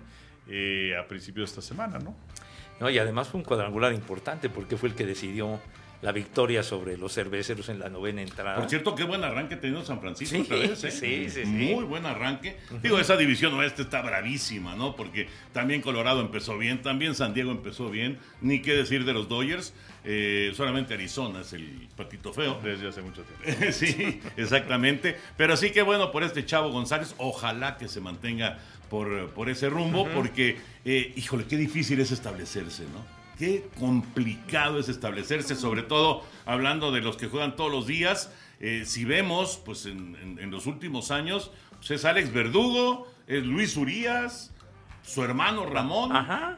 a principios de esta semana, ¿no? No, y además fue un cuadrangular importante porque fue el que decidió la victoria sobre los Cerveceros en la 9ª entrada. Por cierto, qué buen arranque ha tenido San Francisco Sí, otra vez, ¿eh? sí. Muy buen arranque. Digo, esa división oeste está bravísima, ¿no? Porque también Colorado empezó bien, también San Diego empezó bien, ni qué decir de los Dodgers. Solamente Arizona es el patito feo. Desde hace mucho tiempo. Sí, exactamente. Pero sí que bueno por este chavo González. Ojalá que se mantenga por ese rumbo, porque, híjole, qué difícil es establecerse, ¿no? Qué complicado es establecerse, sobre todo hablando de los que juegan todos los días. Si vemos, pues en los últimos años, pues es Alex Verdugo, es Luis Urías, su hermano Ramón,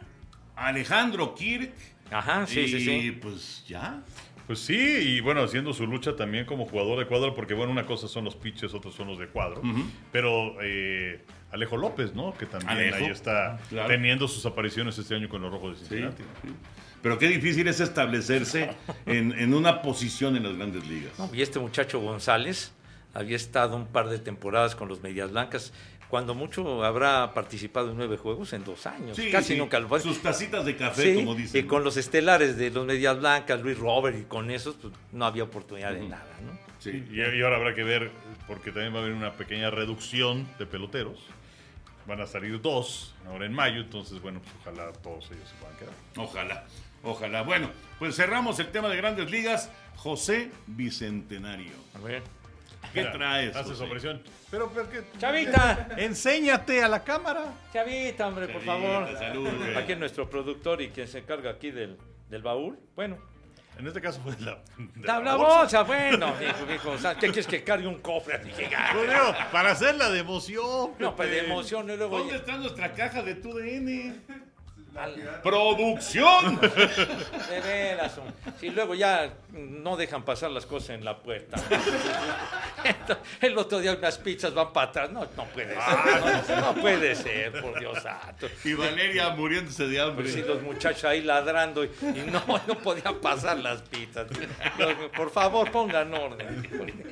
Alejandro Kirk. Ajá, sí. Y pues ya. Pues sí, y bueno, haciendo su lucha también como jugador de cuadro, porque bueno, una cosa son los pitches, otros son los de cuadro. Pero Alejo López, ¿no? Que también ahí está teniendo sus apariciones este año con los Rojos de Cincinnati. Sí. Pero qué difícil es establecerse en una posición en las Grandes Ligas. No, y este muchacho González había estado un par de temporadas con los Medias Blancas. Cuando mucho habrá participado en 9 juegos en 2 años. Sí, Casi sí. nunca lo fue. Sus tacitas de café, como dicen. Y con los estelares de los Medias Blancas, Luis Robert, y con esos, pues, no había oportunidad de nada, ¿no? Sí. Y ahora habrá que ver, porque también va a haber una pequeña reducción de peloteros. van a salir 2 ahora en mayo, entonces, bueno, pues ojalá todos ellos se puedan quedar. Ojalá. Bueno, pues cerramos el tema de Grandes Ligas. José Bicentenario. A ver. ¿Qué traes, Hace José? su presión. Pero ¿qué? Chavita, Enséñate a la cámara. Chavita, hombre, por Chavita, favor. salud, güey. Aquí nuestro productor y quien se encarga aquí del baúl. Bueno, En este caso fue de la bolsa, bueno, hijo, o sea, ¿qué quieres que cargue un cofre? Así que, Pues digo, para hacerla de emoción. no, pues de Pepe. emoción y luego... ¿Dónde está nuestra caja de TUDN? Al- ¡Producción! De veras, si luego ya no dejan pasar las cosas en la puerta. El otro día unas pizzas van para atrás. No puede ser. No puede ser, por Dios santo. Y Valeria muriéndose de hambre. Pues sí, los muchachos ahí ladrando y no podían pasar las pizzas. Por favor, pongan orden.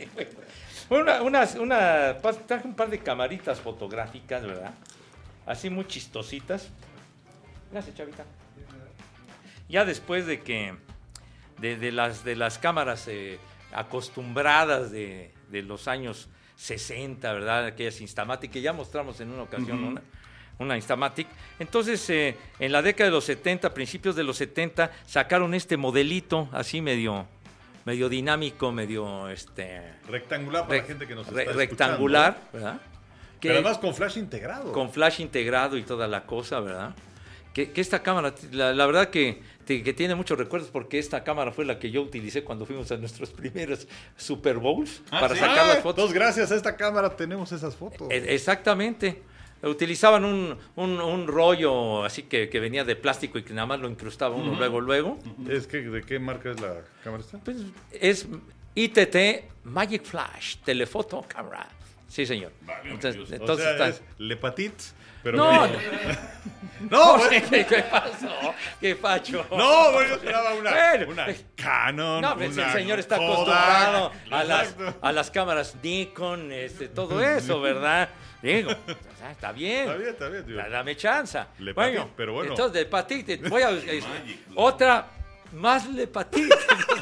Traje un par de camaritas fotográficas, ¿verdad? Así muy chistositas. Gracias, Chavita. Ya después de que de las cámaras acostumbradas de los años 60, ¿verdad? Aquellas Instamatic que ya mostramos en una ocasión, una Instamatic. Entonces, en la década de los 70, principios de los 70, sacaron este modelito así medio dinámico, medio Rectangular para la gente que nos está rectangular, escuchando. ¿verdad? Pero además con flash integrado. Con flash integrado y toda la cosa, ¿verdad? Que esta cámara, la verdad que tiene muchos recuerdos porque esta cámara fue la que yo utilicé cuando fuimos a nuestros primeros Super Bowls para ¿sí? sacar las fotos. Entonces, gracias a esta cámara tenemos esas fotos. Exactamente. Utilizaban un rollo así que venía de plástico y que nada más lo incrustaba uno luego. ¿Es que ¿de qué marca es la cámara esta? Pues es ITT Magic Flash Telefoto Camera. Sí, señor. Vale, entonces Dios. O sea, está... es Le Petit, pero No, bueno. no, No, bueno. ¿qué pasó? ¿Qué pacho? No, bueno, yo esperaba una Bueno, Canon. no, pues el una señor está Kodak. acostumbrado Exacto. a las cámaras Nikon, todo eso, ¿verdad? Digo, o sea, está bien. Está bien, tío. Dame chance. Le Bueno, Petit, pero bueno. Entonces, de Petit, voy a... Magic. otra más Le Petit.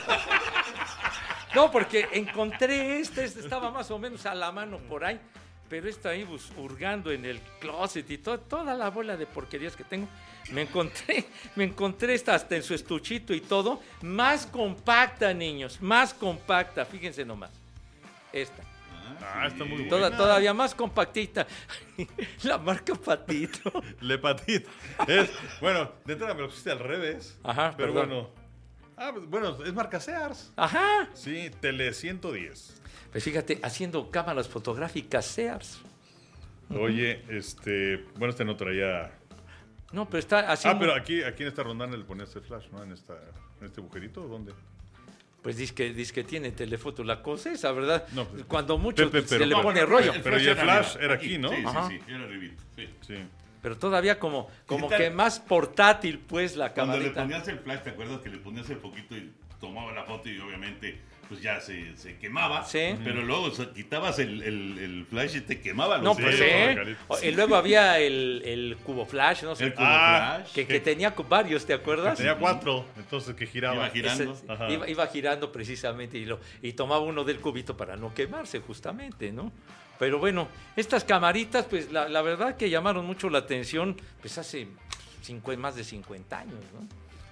No, porque encontré este estaba más o menos a la mano por ahí, pero está ahí hurgando en el closet y toda la bola de porquerías que tengo. Me encontré esta hasta en su estuchito y todo, más compacta, niños, más compacta, fíjense nomás. Esta. Está muy buena. Todavía más compactita. La marca Patito. Le Petit. Bueno, de entrada me lo pusiste al revés. Ajá, pero perdón. bueno, es marca Sears. Ajá. Sí, Tele 110. Pues fíjate, haciendo cámaras fotográficas Sears. Oye, bueno, no traía. No, pero está así. Pero aquí en esta rondana le ponías el flash, ¿no? En este agujerito, ¿o dónde? Pues dice que tiene telefoto la cosa esa, ¿verdad? No, pues, Cuando mucho Pepe, se pero- le no, pone rollo. Pero y el flash era aquí, ¿no? Sí, Ajá. sí, era arribita. Sí. Sí. Pero todavía como ¿Qué tal? que más portátil, pues, la Cuando le camarita. ponías el flash, ¿te acuerdas que le ponías el poquito y tomaba la foto y obviamente pues ya se quemaba? Sí. Pero luego quitabas el flash y te quemaba los No, pues Sí, dedos. Y luego había el cubo flash, no sé. El cubo Ah, flash. que tenía varios, ¿te acuerdas? Tenía 4, entonces que Iba giraba. girando. Ese- Ajá. iba girando precisamente y tomaba uno del cubito para no quemarse justamente, ¿no? Pero bueno, estas camaritas, pues la verdad que llamaron mucho la atención, pues hace más de 50 años, ¿no?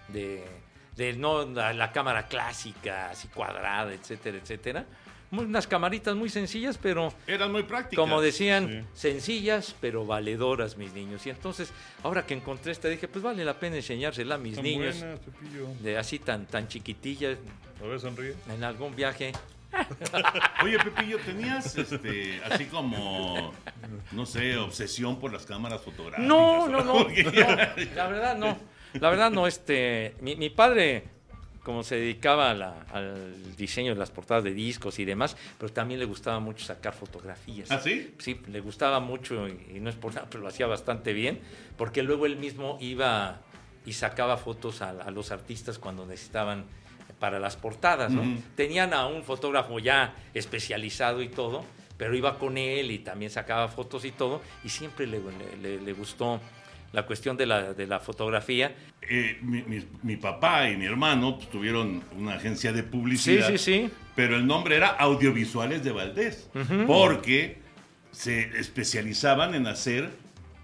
De no la cámara clásica, así cuadrada, etcétera, etcétera. Unas camaritas muy sencillas, pero Eran muy prácticas. como decían, Sí. sencillas, pero valedoras, mis niños. Y entonces, ahora que encontré esta, dije, pues vale la pena enseñársela a mis Son niños, buenas, Pepillo. de así tan chiquitillas, A ver, sonríe. en algún viaje. Oye, Pepillo, ¿tenías así como, no sé, obsesión por las cámaras fotográficas? No, Porque- la verdad no. La verdad no, mi padre, como se dedicaba al diseño de las portadas de discos y demás, pero también le gustaba mucho sacar fotografías. ¿Ah, sí? Sí, le gustaba mucho y no es por nada, pero lo hacía bastante bien, porque luego él mismo iba y sacaba fotos a los artistas cuando necesitaban para las portadas, ¿no? Ujú. Tenían a un fotógrafo ya especializado y todo, pero iba con él y también sacaba fotos y todo, y siempre le gustó la cuestión de la fotografía. Mi papá y mi hermano pues, tuvieron una agencia de publicidad. Sí. Pero el nombre era Audiovisuales de Valdés. Porque se especializaban en hacer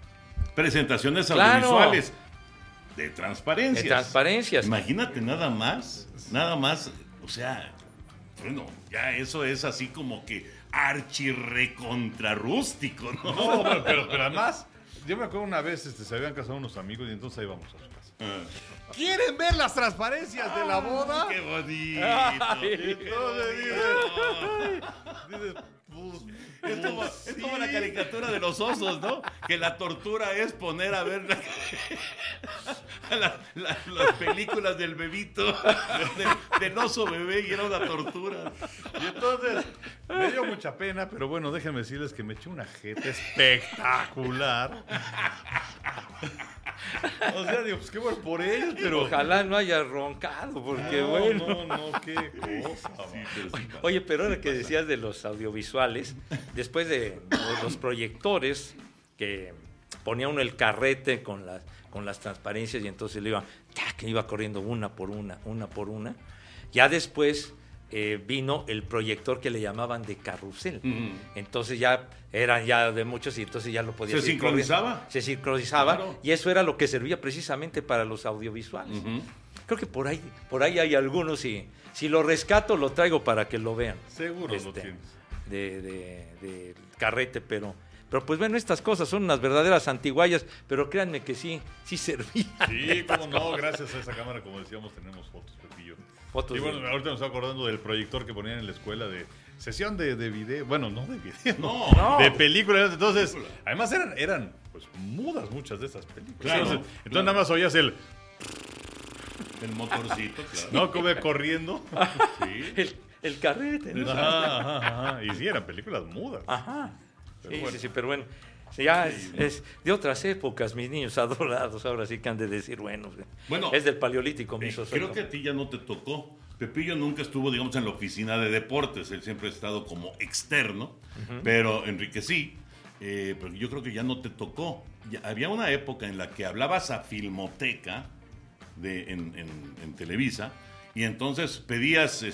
presentaciones Claro. audiovisuales de transparencias. De transparencias. Imagínate nada más, o sea, bueno, ya eso es así como que archirrecontrarrústico, ¿no? No, pero además, yo me acuerdo una vez, se habían casado unos amigos y entonces ahí vamos a su casa. ¿Quieren ver las transparencias de la boda? ¡Qué bonito! Entonces dices, pues, Es como la caricatura de los osos, ¿no? Que la tortura es poner a ver las películas del bebito, del oso bebé, y era una tortura. y entonces me dio mucha pena, pero bueno, déjenme decirles que me eché una jeta espectacular. O sea, digo, pues qué bueno por ellos, pero... Ojalá no haya roncado, porque bueno. No, qué cosa. Oye, pero ahora que decías de los audiovisuales, después de los proyectores que ponía uno el carrete con las transparencias y entonces que iba corriendo una por una. Ya después vino el proyector que le llamaban de carrusel. Entonces ya eran ya de muchos y entonces ya lo podías ¿Se sincronizaba? corriendo. Se sincronizaba, Claro. y eso era lo que servía precisamente para los audiovisuales. Creo que por ahí hay algunos, y si lo rescato lo traigo para que lo vean. Seguro lo tienes. De carrete, pero pues bueno, estas cosas son unas verdaderas antiguallas, pero créanme que sí servían. Sí, cómo no, gracias a esa cámara, como decíamos, tenemos fotos, Pepillo. Fotos Y bueno, de- ahorita me estoy acordando del proyector que ponían en la escuela de sesión de video, bueno, no de video, No. de películas. Entonces, además eran pues mudas muchas de esas películas. Claro, Entonces nada más oías el, El motorcito, claro. ¿no? Como corriendo. Sí. el carrete, ¿no? Ajá. Y sí, eran películas mudas. Ajá. Pero Sí, bueno. sí, pero bueno. Ya es de otras épocas, mis niños adorados. Ahora sí que han de decir, bueno, es del Paleolítico, mi Creo que a ti ya no te tocó. Pepillo nunca estuvo, digamos, en la oficina de deportes. Él siempre ha estado como externo, pero Enrique sí. Pero yo creo que ya no te tocó. Había una época en la que hablabas a Filmoteca en Televisa, y entonces pedías,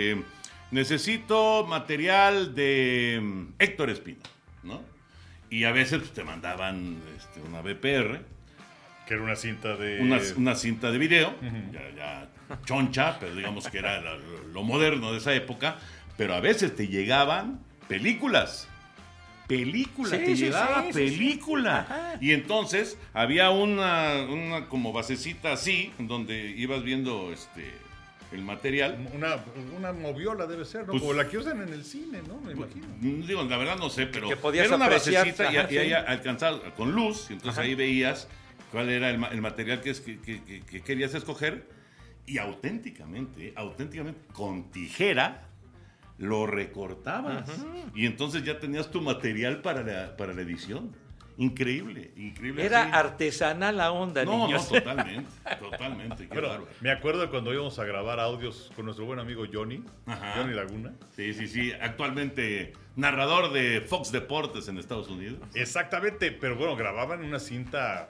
necesito material de Héctor Espino, ¿no? Y a veces pues, te mandaban una VPR, Que era una cinta de... una cinta de video, ya choncha, pero digamos que era lo moderno de esa época, pero a veces te llegaban películas. Sí, Te sí, llegaba sí, película. sí. Ajá. Y entonces había una como basecita así, donde ibas viendo el material. Una moviola debe ser, ¿no? Pues- como la que usan en el cine, ¿no? Me imagino. Digo, la verdad no sé, pero Que podías era una apreciar, basecita y ajá, sí. ahí alcanzado con luz, y entonces Ajá. ahí veías cuál era el material que querías escoger, y auténticamente, con tijera, lo recortabas. Y entonces ya tenías tu material para la edición. Increíble. Era así. artesanal la onda, No, niños. totalmente. Qué Bueno, bárbaro. me acuerdo de cuando íbamos a grabar audios con nuestro buen amigo Johnny Laguna. Sí. Actualmente narrador de Fox Deportes en Estados Unidos. Exactamente, pero bueno, grababan una cinta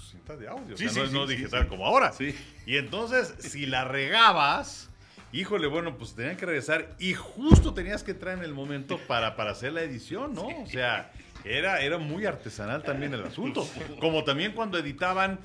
de audio, Sí, o sea, sí, no sí, digital sí. como ahora. Sí. Y entonces, si la regabas, híjole, bueno, pues tenían que regresar y justo tenías que entrar en el momento para hacer la edición, ¿no? O sea, era muy artesanal también el asunto. Como también cuando editaban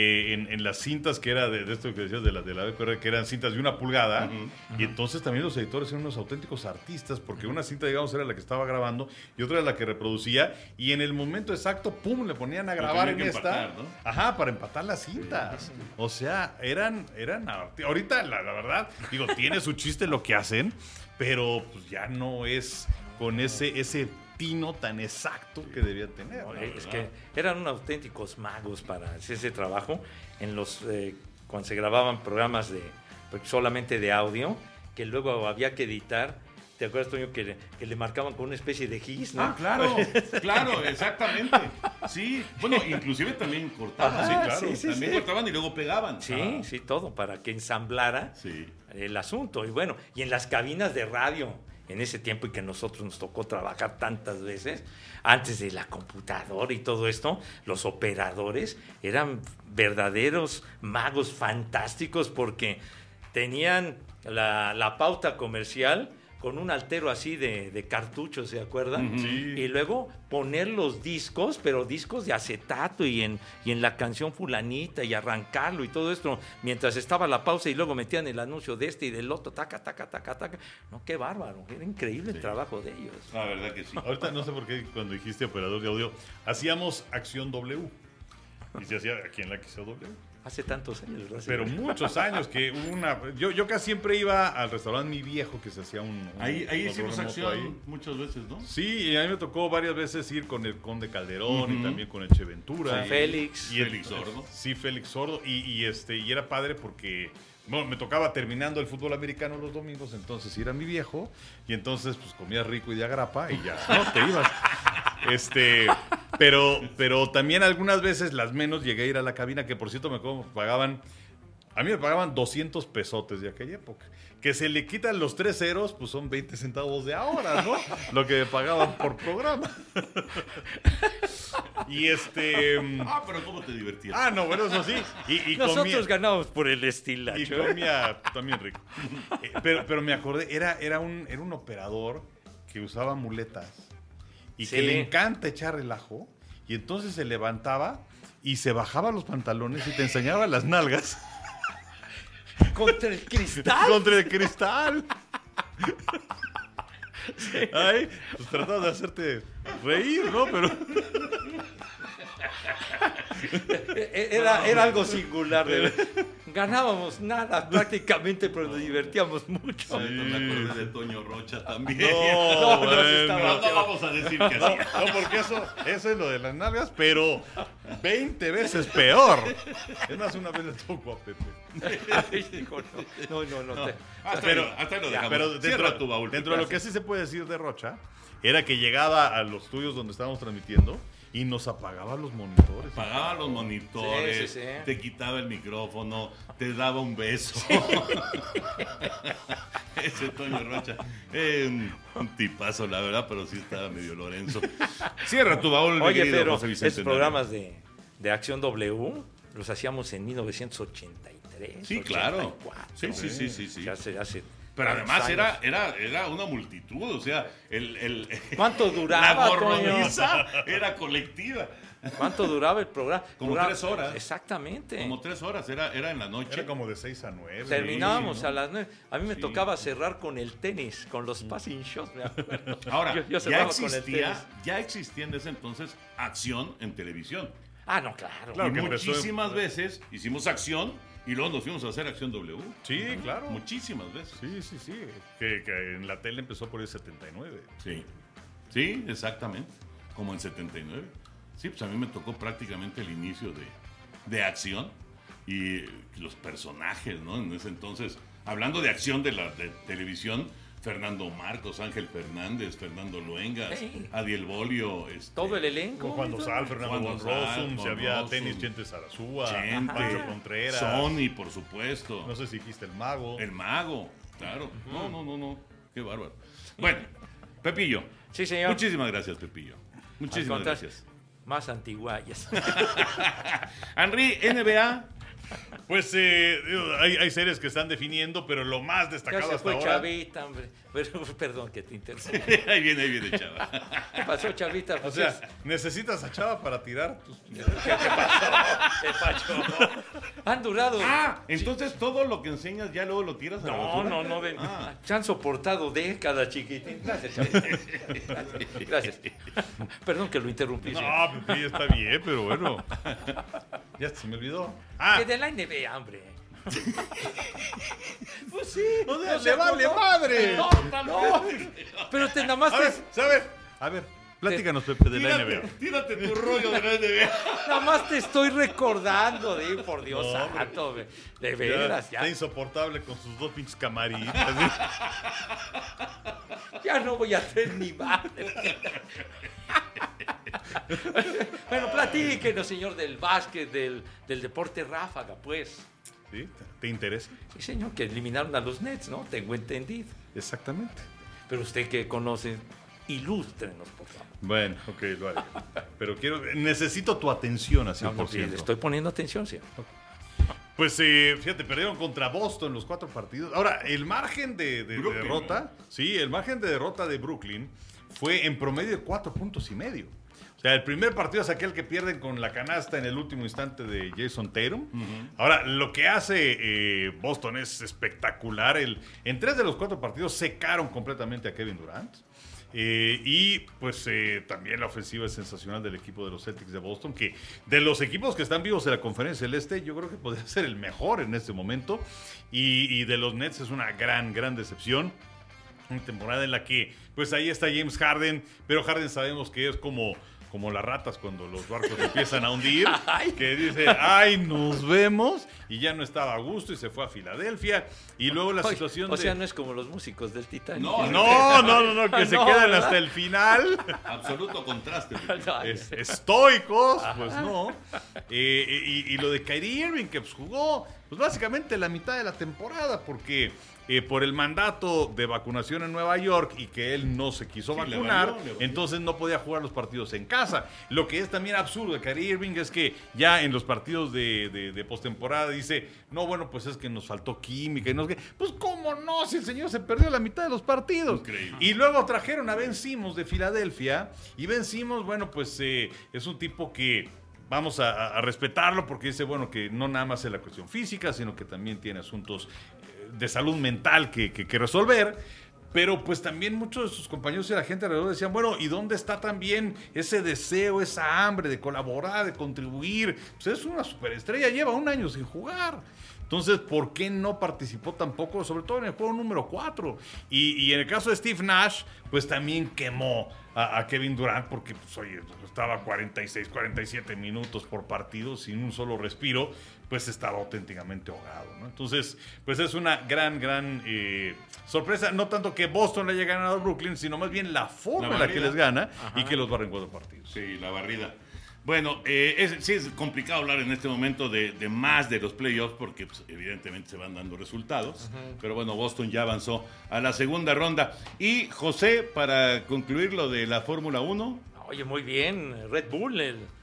en las cintas que era de esto que decías de la VPR, que eran cintas de 1 pulgada, y entonces también los editores eran unos auténticos artistas, porque una cinta, digamos, era la que estaba grabando y otra era la que reproducía, y en el momento exacto, pum, le ponían a grabar en tenían que esta. empatar, ¿no? Ajá, para empatar las cintas. O sea, eran ahorita, la verdad, digo, tiene su chiste lo que hacen, pero pues ya no es con ese tino tan exacto que debían tener. ¿no? Es que eran unos auténticos magos para hacer ese trabajo en cuando se grababan programas solamente de audio, que luego había que editar. ¿Te acuerdas, Toño, que le marcaban con una especie de gis, ¿no? Ah, claro, exactamente. Sí, bueno, inclusive también cortaban. Ajá, Sí, claro. sí, También sí. cortaban y luego pegaban. Sí, sí, todo, para que ensamblara Sí. el asunto. Y bueno, y en las cabinas de radio, en ese tiempo y que nosotros nos tocó trabajar tantas veces, antes de la computadora y todo esto, los operadores eran verdaderos magos fantásticos porque tenían la pauta comercial con un altero así de cartucho, ¿se acuerdan? Sí. Y luego poner los discos, pero discos de acetato y en la canción fulanita y arrancarlo y todo esto mientras estaba la pausa y luego metían el anuncio de este y del otro, taca, taca, taca, taca. No, qué bárbaro, era increíble el trabajo de ellos. La verdad que sí. Ahorita no sé por qué cuando dijiste operador de audio, hacíamos Acción W. Y se hacía aquí en la XW. Hace tantos años, ¿verdad? Pero muchos años que hubo una... Yo casi siempre iba al restaurante Mi Viejo que se hacía Ahí hicimos control acción remoto ahí. muchas veces, ¿no? Sí, y a mí me tocó varias veces ir con el Conde Calderón y también con el Che Ventura. Con Félix. Y Félix Sordo. Sí, Félix Sordo. Y era padre porque... Bueno, me tocaba terminando el fútbol americano los domingos, entonces ir a Mi Viejo y entonces pues comías rico y de agrapa y ya, ¿no? Te ibas. Pero también algunas veces, las menos, llegué a ir a la cabina, que por cierto a mí me pagaban 200 pesotes de aquella época. Que se le quitan los 3 ceros, pues son 20 centavos de ahora, ¿no? Lo que me pagaban por programa. Y pero ¿cómo te divertías? no, bueno, eso sí. Y Nosotros ganábamos por el estilacho. y comía también rico. Pero me acordé, era un operador que usaba muletas y Sí. que le encanta echar relajo. Y entonces se levantaba y se bajaba los pantalones y te enseñaba las nalgas Contra el cristal. contra el cristal. Ay, pues trataba de hacerte reír, ¿no? Pero Era algo singular. Ganábamos nada prácticamente, pero nos divertíamos mucho. Ahorita me acordé de Toño Rocha también. no, no, sí estaba- No vamos a decir que sí. No, porque eso es lo de las nalgas, pero 20 veces peor. Es más, una vez le tocó a Pepe. Ay, hijo, no. Hasta ahí lo dejamos. Pero Cierra tu baúl. dentro de lo que sí se puede decir de Rocha, era que llegaba a los estudios donde estábamos transmitiendo y nos apagaba los monitores. Pagaba los monitores, Sí, sí, sí. te quitaba el micrófono, te daba un beso. Ese Toño Rocha. Un tipazo, la verdad, pero sí estaba medio Lorenzo. Cierra tu baúl, mi Oye, querido pero José Vicente. esos programas de Acción W los hacíamos en 1983. Sí, claro. 84, Sí. Ya hace Pero tantos además años. era una multitud, o sea, ¿Cuánto duraba, la Toño? gorroniza era colectiva. ¿Cuánto duraba el programa? Como 3 horas. Exactamente. Como 3 horas, era en la noche. Era como de 6 a 9. Terminábamos Sí, ¿no? a las 9. A mí me Sí. tocaba cerrar con el tenis, con los passing shots, me acuerdo. Ahora, Yo ya cerraba con el tenis. existía en ese entonces acción en televisión. Ah, no, claro. Claro y que empezó- muchísimas veces hicimos acción y luego nos fuimos a hacer acción W. Sí, claro. Muchísimas veces. Sí. Que en la tele empezó por el 79. Sí, exactamente. Como en 79. Sí, pues a mí me tocó prácticamente el inicio de acción y los personajes, ¿no? En ese entonces, hablando de acción de televisión, Fernando Marcos, Ángel Fernández, Fernando Luengas, Sí. Adiel Bolio, Todo el elenco. Con Juan Dosal, Fernando Juan Von Dosal, Rossum, Von si había Rossum, tenis, Chente Zarazúa, Chente, Pancho Contreras. Sony, por supuesto. No sé si dijiste el mago. El mago, claro. No. Qué bárbaro. Bueno, Pepillo. Sí, señor. Muchísimas gracias, Pepillo. Muchísimas Al contrario, gracias. Más antiguayas. Henry, NBA. Pues hay series que están definiendo, pero lo más Ya destacado se hasta fue ahora. Chavita, hombre. Pero, perdón que te interrumpa. Ahí viene, chava. ¿Qué pasó, Chavita? O Pues sea, necesitas a Chava para tirar tus... ¿qué pasó? Han durado. Entonces todo lo que enseñas ya luego lo tiras a la basura. No. Ah. Se han soportado décadas, chiquitín. Gracias, Chavita. Gracias. Perdón que lo interrumpí. No, señor. pues sí, está bien, pero bueno. Ya se me olvidó. Que de la NBA, hombre. Pues sí. O sea, no ¡le vale no. madre! No. Pero te nada más A ver, platícanos, Pepe, de la NBA. Tírate tu rollo de la NBA. Nada más te estoy recordando, por Dios No, hombre. santo, de veras, Está insoportable con sus 2 pinches camaritas. ya no voy a hacer ni madre. Bueno, platíquenos, señor, del básquet, del deporte ráfaga, pues. ¿Sí? ¿Te interesa? Sí, señor, que eliminaron a los Nets, ¿no? Tengo entendido. Exactamente. Pero usted que conoce, ilústrenos, por favor. Bueno, ok, lo haré. Pero necesito tu atención al 100%. Le estoy poniendo atención, señor. Pues fíjate, perdieron contra Boston los 4 partidos. Ahora, el margen de derrota, sí, el margen de derrota de Brooklyn fue en promedio de 4.5 puntos. O sea, el primer partido es aquel que pierden con la canasta en el último instante de Jason Tatum. Ahora, lo que hace Boston es espectacular. En 3 de los 4 partidos secaron completamente a Kevin Durant. Y pues también la ofensiva es sensacional del equipo de los Celtics de Boston, que de los equipos que están vivos en la Conferencia del Este, yo creo que podría ser el mejor en este momento. Y de los Nets es una gran decepción. Una temporada en la que pues ahí está James Harden, pero Harden sabemos que es como las ratas cuando los barcos empiezan a hundir, que dice, ay, nos vemos, y ya no estaba a gusto y se fue a Filadelfia. Y luego la situación o sea, no es como los músicos del Titanic. No, que se quedan ¿verdad? Hasta el final. Absoluto contraste. Estoicos, pues no. Y lo de Kyrie Irving, que pues, jugó pues básicamente la mitad de la temporada, porque por el mandato de vacunación en Nueva York y que él no se quiso vacunar, le valió. Entonces no podía jugar los partidos en casa. Lo que es también absurdo de Kyrie Irving es que ya en los partidos de postemporada dice, no, bueno, pues es que nos faltó química y no sé qué. Pues cómo no, si el señor se perdió la mitad de los partidos. Increíble. Y luego trajeron a Ben Simmons de Filadelfia, y Ben Simmons, bueno, pues es un tipo que vamos a respetarlo, porque dice, bueno, que no nada más es la cuestión física, sino que también tiene asuntos de salud mental que resolver. Pero pues también muchos de sus compañeros y la gente alrededor decían, bueno, ¿y dónde está también ese deseo, esa hambre de colaborar, de contribuir? Pues es una superestrella, lleva 1 año sin jugar. Entonces, ¿por qué no participó tampoco? Sobre todo en el juego número 4. Y en el caso de Steve Nash, pues también quemó a Kevin Durant, porque pues, oye, estaba 46, 47 minutos por partido sin un solo respiro, pues estaba auténticamente ahogado, ¿no? Entonces, pues es una gran sorpresa. No tanto que Boston le haya ganado a Brooklyn, sino más bien la forma en la que les gana. Ajá. Y que los barra en 4 partidos. Sí, la barrida. Bueno, sí es complicado hablar en este momento de más de los playoffs porque pues, evidentemente se van dando resultados. Pero bueno, Boston ya avanzó a la segunda ronda. Y José, para concluir lo de la Fórmula 1. Oye, muy bien, Red Bull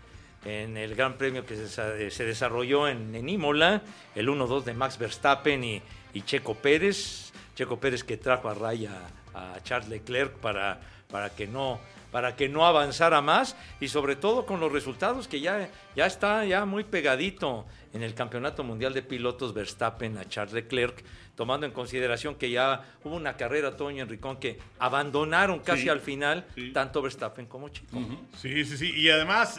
en el Gran Premio que se desarrolló en Imola, el 1-2 de Max Verstappen y Checo Pérez. Checo Pérez que trajo a raya a Charles Leclerc para que no avanzara más, y sobre todo con los resultados que ya está ya muy pegadito en el Campeonato Mundial de Pilotos Verstappen a Charles Leclerc, tomando en consideración que ya hubo una carrera, Toño Enricón, que abandonaron casi al final tanto Verstappen como Checo. Sí, y además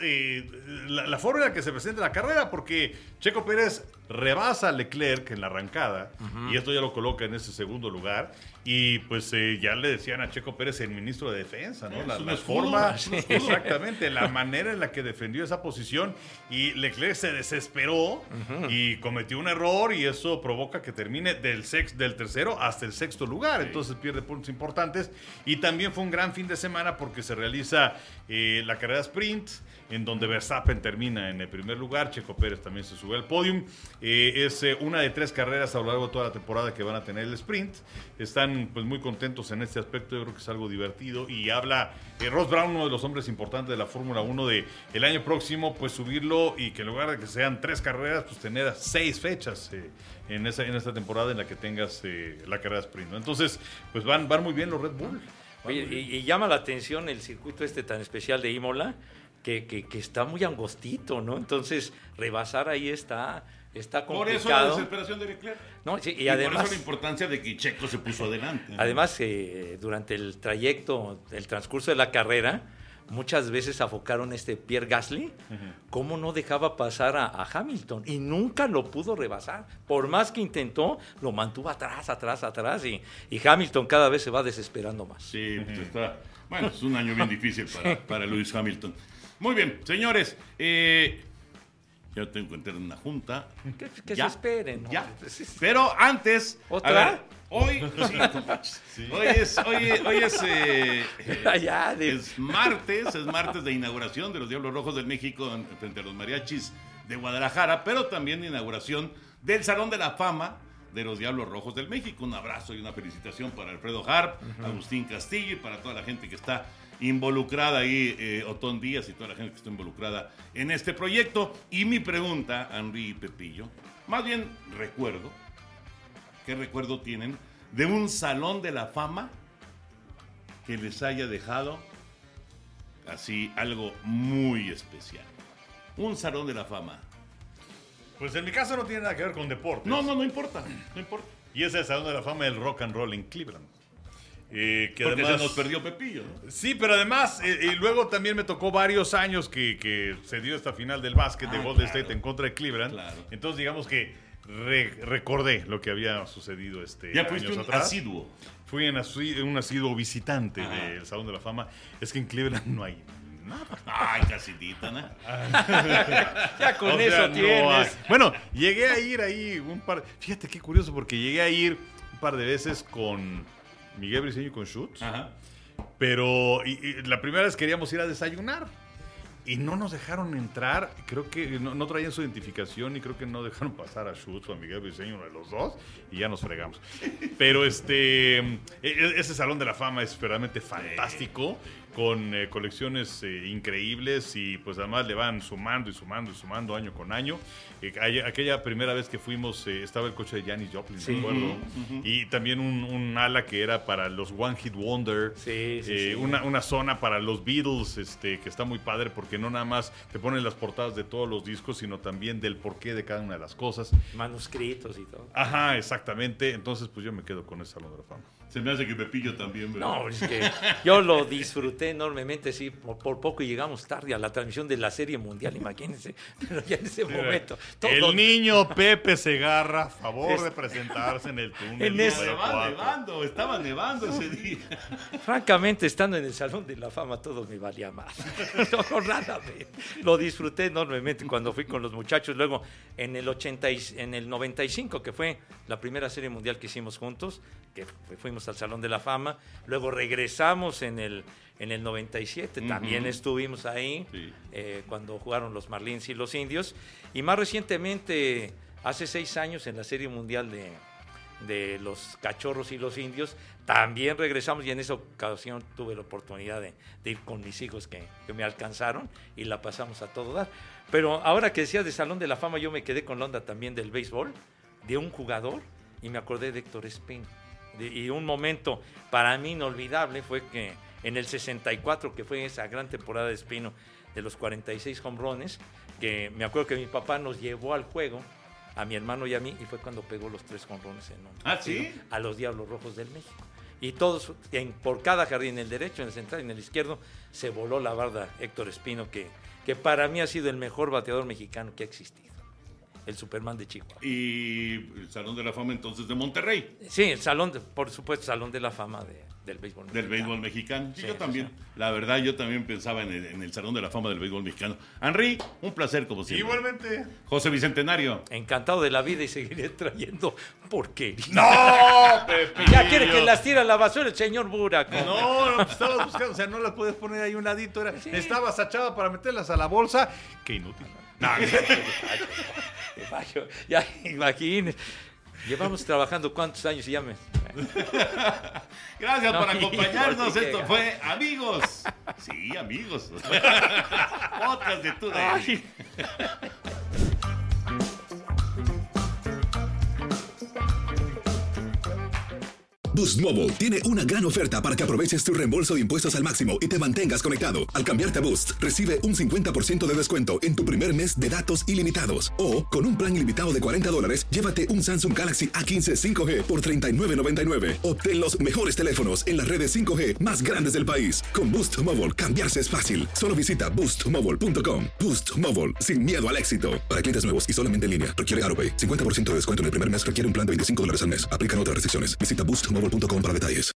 la forma en la que se presenta la carrera, porque Checo Pérez rebasa a Leclerc en la arrancada, y esto ya lo coloca en ese segundo lugar, y pues ya le decían a Checo Pérez el ministro de Defensa, ¿no? La forma, exactamente, la manera en la que defendió esa posición, y Leclerc se desesperó y cometió un error, y eso provoca que termine del tercero hasta el 6º lugar, entonces pierde puntos importantes. Y también fue un gran fin de semana porque se realiza la carrera sprint, en donde Verstappen termina en el primer lugar, Checo Pérez también se sube al podium. Es una de 3 carreras a lo largo de toda la temporada que van a tener el sprint. Están pues muy contentos en este aspecto, yo creo que es algo divertido, y habla Ross Brown, uno de los hombres importantes de la Fórmula 1, de el año próximo pues subirlo, y que en lugar de que sean 3 carreras, pues tener 6 fechas en esta temporada en la que tengas la carrera sprint, ¿no? Entonces pues van muy bien los Red Bull. Oye, y llama la atención el circuito tan especial de Imola, que está muy angostito, ¿no? Entonces rebasar ahí está complicado. Por eso la desesperación de Leclerc. No, sí, y además, por eso la importancia de que Checo se puso adelante. Además, durante el trayecto, el transcurso de la carrera, muchas veces afocaron Pierre Gasly, cómo no dejaba pasar a Hamilton, y nunca lo pudo rebasar. Por más que intentó, lo mantuvo atrás, y Hamilton cada vez se va desesperando más. Sí, pues está... Bueno, es un año bien difícil para Lewis Hamilton. Muy bien, señores, ya tengo que entrar en una junta. Que se esperen, ¿no? Ya. Pero antes... ¿Otra? A ver, hoy es martes de inauguración de los Diablos Rojos del México frente a los Mariachis de Guadalajara, pero también de inauguración del Salón de la Fama de los Diablos Rojos del México. Un abrazo y una felicitación para Alfredo Harp, Agustín Castillo y para toda la gente que está involucrada ahí, Otón Díaz y toda la gente que está involucrada en este proyecto. Y mi pregunta, Henry y Pepillo, más bien ¿qué recuerdo tienen de un Salón de la Fama que les haya dejado así algo muy especial? Un Salón de la Fama. Pues en mi caso no tiene nada que ver con deportes. No importa, no importa. Y es el Salón de la Fama del Rock and Roll en Cleveland. Que Porque además, se nos perdió Pepillo, ¿no? Sí, pero además, y luego también me tocó varios años que se dio esta final del básquet de Golden State en contra de Cleveland. Claro. Entonces, digamos que recordé lo que había sucedido Ya fuiste años un atrás. asiduo. Fui un asiduo visitante del Salón de la Fama. Es que en Cleveland no hay nada. Ay, casidita, ¿no? Ya con O sea, eso no tienes. hay. Bueno, llegué a ir ahí Fíjate qué curioso, porque llegué a ir un par de veces con Miguel Briseño y con Schutz. Ajá. Pero y la primera vez queríamos ir a desayunar. Y no nos dejaron entrar. Creo que no traían su identificación y creo que no dejaron pasar a Schutz o a Miguel Briseño, uno de los dos. Y ya nos fregamos. Pero ese Salón de la Fama es verdaderamente fantástico. Con colecciones increíbles y pues además le van sumando y sumando y sumando año con año. Aquella primera vez que fuimos estaba el coche de Janis Joplin, Sí. me acuerdo. Y también un ala que era para los One Hit Wonder. Sí. Una zona para los Beatles que está muy padre porque no nada más te ponen las portadas de todos los discos, sino también del porqué de cada una de las cosas. Manuscritos y todo. Ajá, exactamente. Entonces pues yo me quedo con ese Salón de la Fama. Se me hace que Pepillo también, ¿verdad? No, es que yo lo disfruté enormemente, sí, por poco llegamos tarde a la transmisión de la Serie Mundial, imagínense, pero ya en ese momento. El niño Pepe Segarra, favor de presentarse en el túnel En ese- número 4. Estaba nevando ese día. Francamente, estando en el Salón de la Fama, todo me valía más. No, nada, lo disfruté enormemente cuando fui con los muchachos. Luego, en el 95, que fue la primera Serie Mundial que hicimos juntos, que fuimos al Salón de la Fama. Luego regresamos en el 97, también estuvimos ahí, Sí. cuando jugaron los Marlins y los Indios. Y más recientemente, hace 6 años, en la Serie Mundial de los Cachorros y los Indios, también regresamos y en esa ocasión tuve la oportunidad de ir con mis hijos que me alcanzaron y la pasamos a todo dar. Pero ahora que decías de Salón de la Fama, yo me quedé con la onda también del béisbol, de un jugador, y me acordé de Héctor Espino. Y un momento para mí inolvidable fue que en el 64, que fue esa gran temporada de Espino, de los 46 jonrones, que me acuerdo que mi papá nos llevó al juego, a mi hermano y a mí, y fue cuando pegó los 3 jonrones en un partido ¿sí? a los Diablos Rojos del México. Y todos, por cada jardín, en el derecho, en el central y en el izquierdo, se voló la barda Héctor Espino, que para mí ha sido el mejor bateador mexicano que ha existido. El Superman de Chihuahua. Y el Salón de la Fama entonces de Monterrey. Sí, el por supuesto, Salón de la Fama del béisbol mexicano. Del béisbol mexicano. Sí, Sí, yo sí, también. sí. La verdad, yo también pensaba en el Salón de la Fama del béisbol mexicano. Henry, un placer como siempre. Igualmente. José Bicentenario. Encantado de la vida y seguiré trayendo porquería. ¡No, Pepe! Ya quiere que las tire a la basura el señor Buraco. No, pues estabas buscando, o sea, no las puedes poner ahí a un ladito. Estabas achada para meterlas a la bolsa. ¡Qué inútil! Ya imagínese. Llevamos trabajando cuántos años y ya me... Gracias No, por acompañarnos. hijo, Esto qué fue Amigos. Sí, Amigos. Podcast de tu Ay. Boost Mobile tiene una gran oferta para que aproveches tu reembolso de impuestos al máximo y te mantengas conectado. Al cambiarte a Boost, recibe un 50% de descuento en tu primer mes de datos ilimitados. O, con un plan ilimitado de $40, llévate un Samsung Galaxy A15 5G por $39.99. Obtén los mejores teléfonos en las redes 5G más grandes del país. Con Boost Mobile, cambiarse es fácil. Solo visita boostmobile.com. Boost Mobile, sin miedo al éxito. Para clientes nuevos y solamente en línea, requiere AroPay. 50% de descuento en el primer mes requiere un plan de $25 al mes. Aplican otras restricciones. Visita boostmobile.com para detalles.